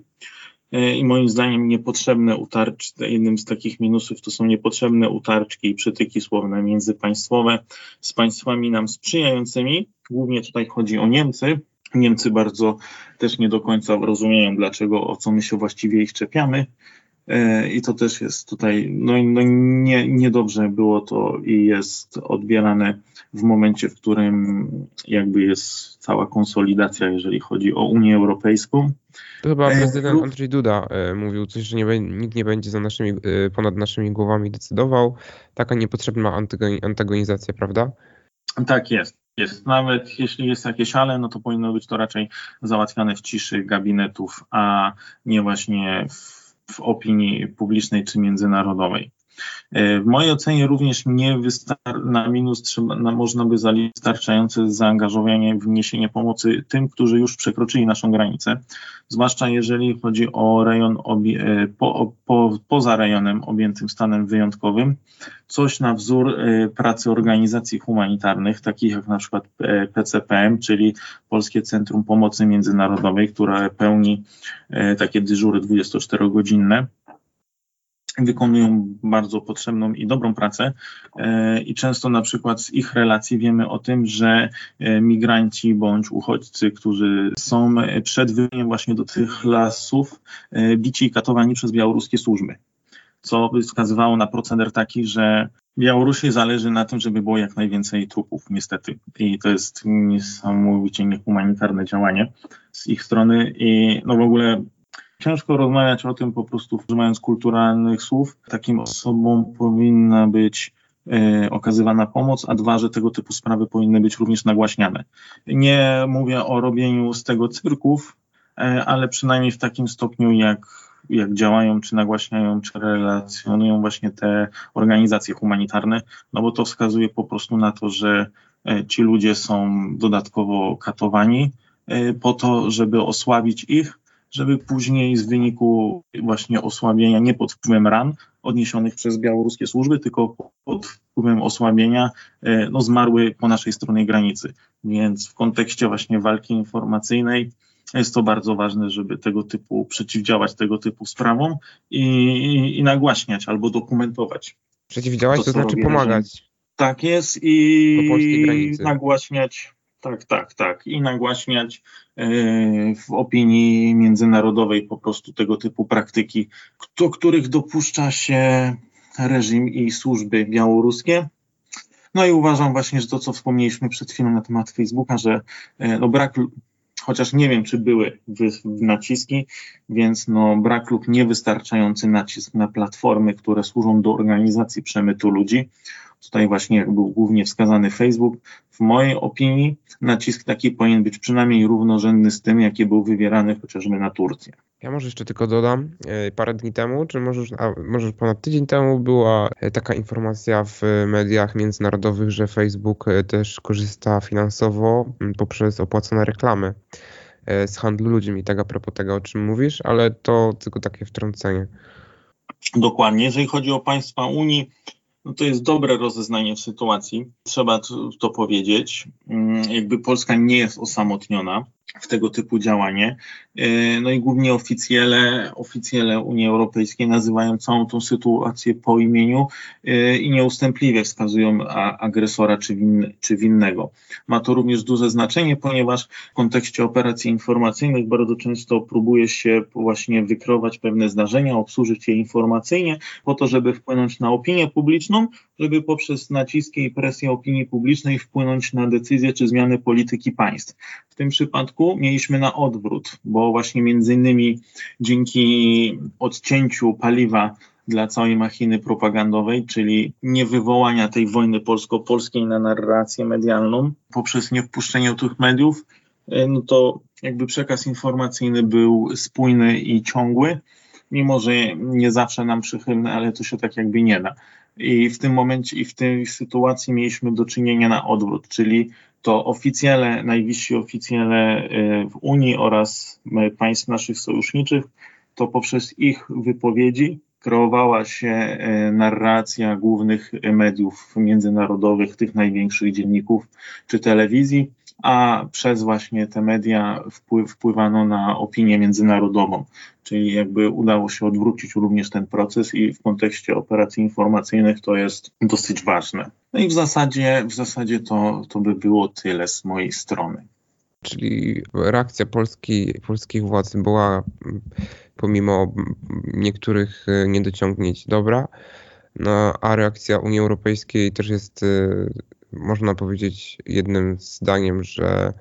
I moim zdaniem niepotrzebne jednym z takich minusów to są niepotrzebne utarczki i przytyki słowne międzypaństwowe z państwami nam sprzyjającymi. Głównie tutaj chodzi o Niemcy. Niemcy bardzo też nie do końca rozumieją, o co my się właściwie ich czepiamy. I to też jest tutaj, niedobrze było to i jest odbierane w momencie, w którym jakby jest cała konsolidacja, jeżeli chodzi o Unię Europejską. To chyba prezydent Andrzej Duda mówił coś, że nikt nie będzie ponad naszymi głowami decydował. Taka niepotrzebna antagonizacja, prawda? Tak jest. Nawet jeśli jest jakieś ale, no to powinno być to raczej załatwiane w ciszy gabinetów, a nie właśnie w opinii publicznej czy międzynarodowej. W mojej ocenie również na minus można by zaliczyć wystarczające zaangażowanie w niesienie pomocy tym, którzy już przekroczyli naszą granicę, zwłaszcza jeżeli chodzi o rejon poza rejonem objętym stanem wyjątkowym, coś na wzór pracy organizacji humanitarnych, takich jak na przykład PCPM, czyli Polskie Centrum Pomocy Międzynarodowej, które pełni takie dyżury 24-godzinne. Wykonują bardzo potrzebną i dobrą pracę i często na przykład z ich relacji wiemy o tym, że migranci bądź uchodźcy, którzy są przed wyjściem właśnie do tych lasów, bici i katowani przez białoruskie służby, co by wskazywało na proceder taki, że Białorusi zależy na tym, żeby było jak najwięcej trupów, niestety. I to jest niesamowicie niehumanitarne działanie z ich strony i w ogóle ciężko rozmawiać o tym po prostu używając kulturalnych słów. Takim osobom powinna być okazywana pomoc, a dwa, że tego typu sprawy powinny być również nagłaśniane. Nie mówię o robieniu z tego cyrków, ale przynajmniej w takim stopniu, jak działają, czy nagłaśniają, czy relacjonują właśnie te organizacje humanitarne, bo to wskazuje po prostu na to, że ci ludzie są dodatkowo katowani po to, żeby osłabić ich, żeby później z wyniku właśnie osłabienia, nie pod wpływem ran odniesionych przez białoruskie służby, tylko pod wpływem osłabienia zmarły po naszej stronie granicy. Więc w kontekście właśnie walki informacyjnej jest to bardzo ważne, żeby przeciwdziałać tego typu sprawom i nagłaśniać albo dokumentować. Przeciwdziałać to znaczy pomagać. Tak jest i nagłaśniać. Tak. I nagłaśniać w opinii międzynarodowej po prostu tego typu praktyki, do których dopuszcza się reżim i służby białoruskie. No i uważam właśnie, że to, co wspomnieliśmy przed chwilą na temat Facebooka, że chociaż nie wiem, czy były naciski, więc brak lub niewystarczający nacisk na platformy, które służą do organizacji przemytu ludzi. Tutaj właśnie był głównie wskazany Facebook. W mojej opinii nacisk taki powinien być przynajmniej równorzędny z tym, jaki był wywierany chociażby na Turcję. Ja może jeszcze tylko dodam, parę dni temu, czy może ponad tydzień temu była taka informacja w mediach międzynarodowych, że Facebook też korzysta finansowo poprzez opłacone reklamy z handlu ludźmi. Tak a propos tego, o czym mówisz, ale to tylko takie wtrącenie. Dokładnie. Jeżeli chodzi o państwa Unii, to jest dobre rozeznanie w sytuacji. Trzeba to powiedzieć. Jakby Polska nie jest osamotniona w tego typu działanie. No i głównie oficjele Unii Europejskiej nazywają całą tą sytuację po imieniu i nieustępliwie wskazują agresora czy winnego. Ma to również duże znaczenie, ponieważ w kontekście operacji informacyjnych bardzo często próbuje się właśnie wykreować pewne zdarzenia, obsłużyć je informacyjnie po to, żeby wpłynąć na opinię publiczną, żeby poprzez naciski i presję opinii publicznej wpłynąć na decyzje czy zmiany polityki państw. W tym przypadku mieliśmy na odwrót, bo właśnie między innymi dzięki odcięciu paliwa dla całej machiny propagandowej, czyli niewywołania tej wojny polsko-polskiej na narrację medialną poprzez niewpuszczenie tych mediów, no to jakby przekaz informacyjny był spójny i ciągły, mimo że nie zawsze nam przychylny, ale to się tak jakby nie da. I w tym momencie i w tej sytuacji mieliśmy do czynienia na odwrót, czyli to najwyżsi oficjele w Unii oraz państw naszych sojuszniczych, to poprzez ich wypowiedzi kreowała się narracja głównych mediów międzynarodowych, tych największych dzienników czy telewizji, a przez właśnie te media wpływano na opinię międzynarodową. Czyli jakby udało się odwrócić również ten proces i w kontekście operacji informacyjnych to jest dosyć ważne. No i w zasadzie to by było tyle z mojej strony. Czyli reakcja polskich władz była pomimo niektórych niedociągnięć dobra, no, a reakcja Unii Europejskiej też jest, można powiedzieć jednym zdaniem, że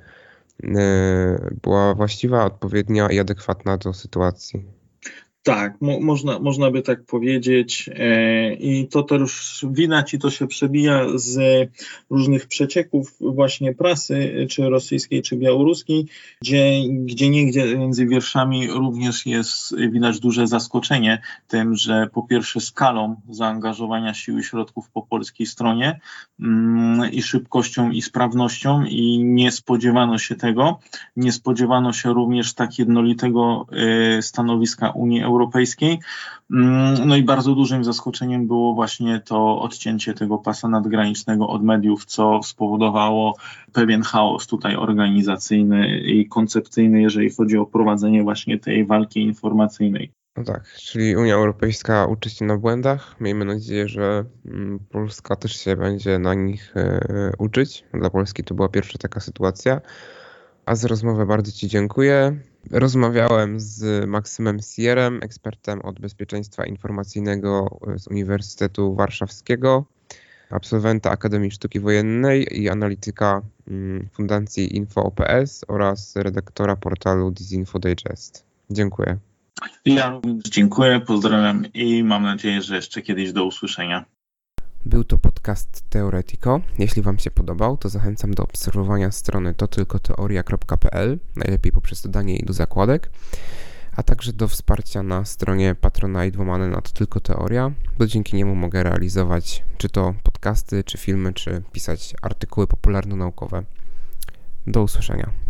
była właściwa, odpowiednia i adekwatna do sytuacji. Tak, można by tak powiedzieć i to też widać i to się przebija z różnych przecieków właśnie prasy, czy rosyjskiej, czy białoruskiej, gdzie niegdzie między wierszami również widać duże zaskoczenie tym, że po pierwsze skalą zaangażowania sił i środków po polskiej stronie i szybkością i sprawnością i nie spodziewano się tego. Nie spodziewano się również tak jednolitego stanowiska Unii Europejskiej. No i bardzo dużym zaskoczeniem było właśnie to odcięcie tego pasa nadgranicznego od mediów, co spowodowało pewien chaos tutaj organizacyjny i koncepcyjny, jeżeli chodzi o prowadzenie właśnie tej walki informacyjnej. No tak, czyli Unia Europejska uczy się na błędach. Miejmy nadzieję, że Polska też się będzie na nich uczyć. Dla Polski to była pierwsza taka sytuacja. A za rozmowę bardzo Ci dziękuję. Rozmawiałem z Maksymem Sierem, ekspertem od bezpieczeństwa informacyjnego z Uniwersytetu Warszawskiego, absolwenta Akademii Sztuki Wojennej i analityka Fundacji Info.ops oraz redaktora portalu Disinfo Digest. Dziękuję. Ja również dziękuję, pozdrawiam i mam nadzieję, że jeszcze kiedyś do usłyszenia. Był to podcast Teoretico. Jeśli Wam się podobał, to zachęcam do obserwowania strony totylkoteoria.pl, najlepiej poprzez dodanie jej do zakładek, a także do wsparcia na stronie Patronite łamane na To Tylko Teoria, bo dzięki niemu mogę realizować czy to podcasty, czy filmy, czy pisać artykuły popularno-naukowe. Do usłyszenia.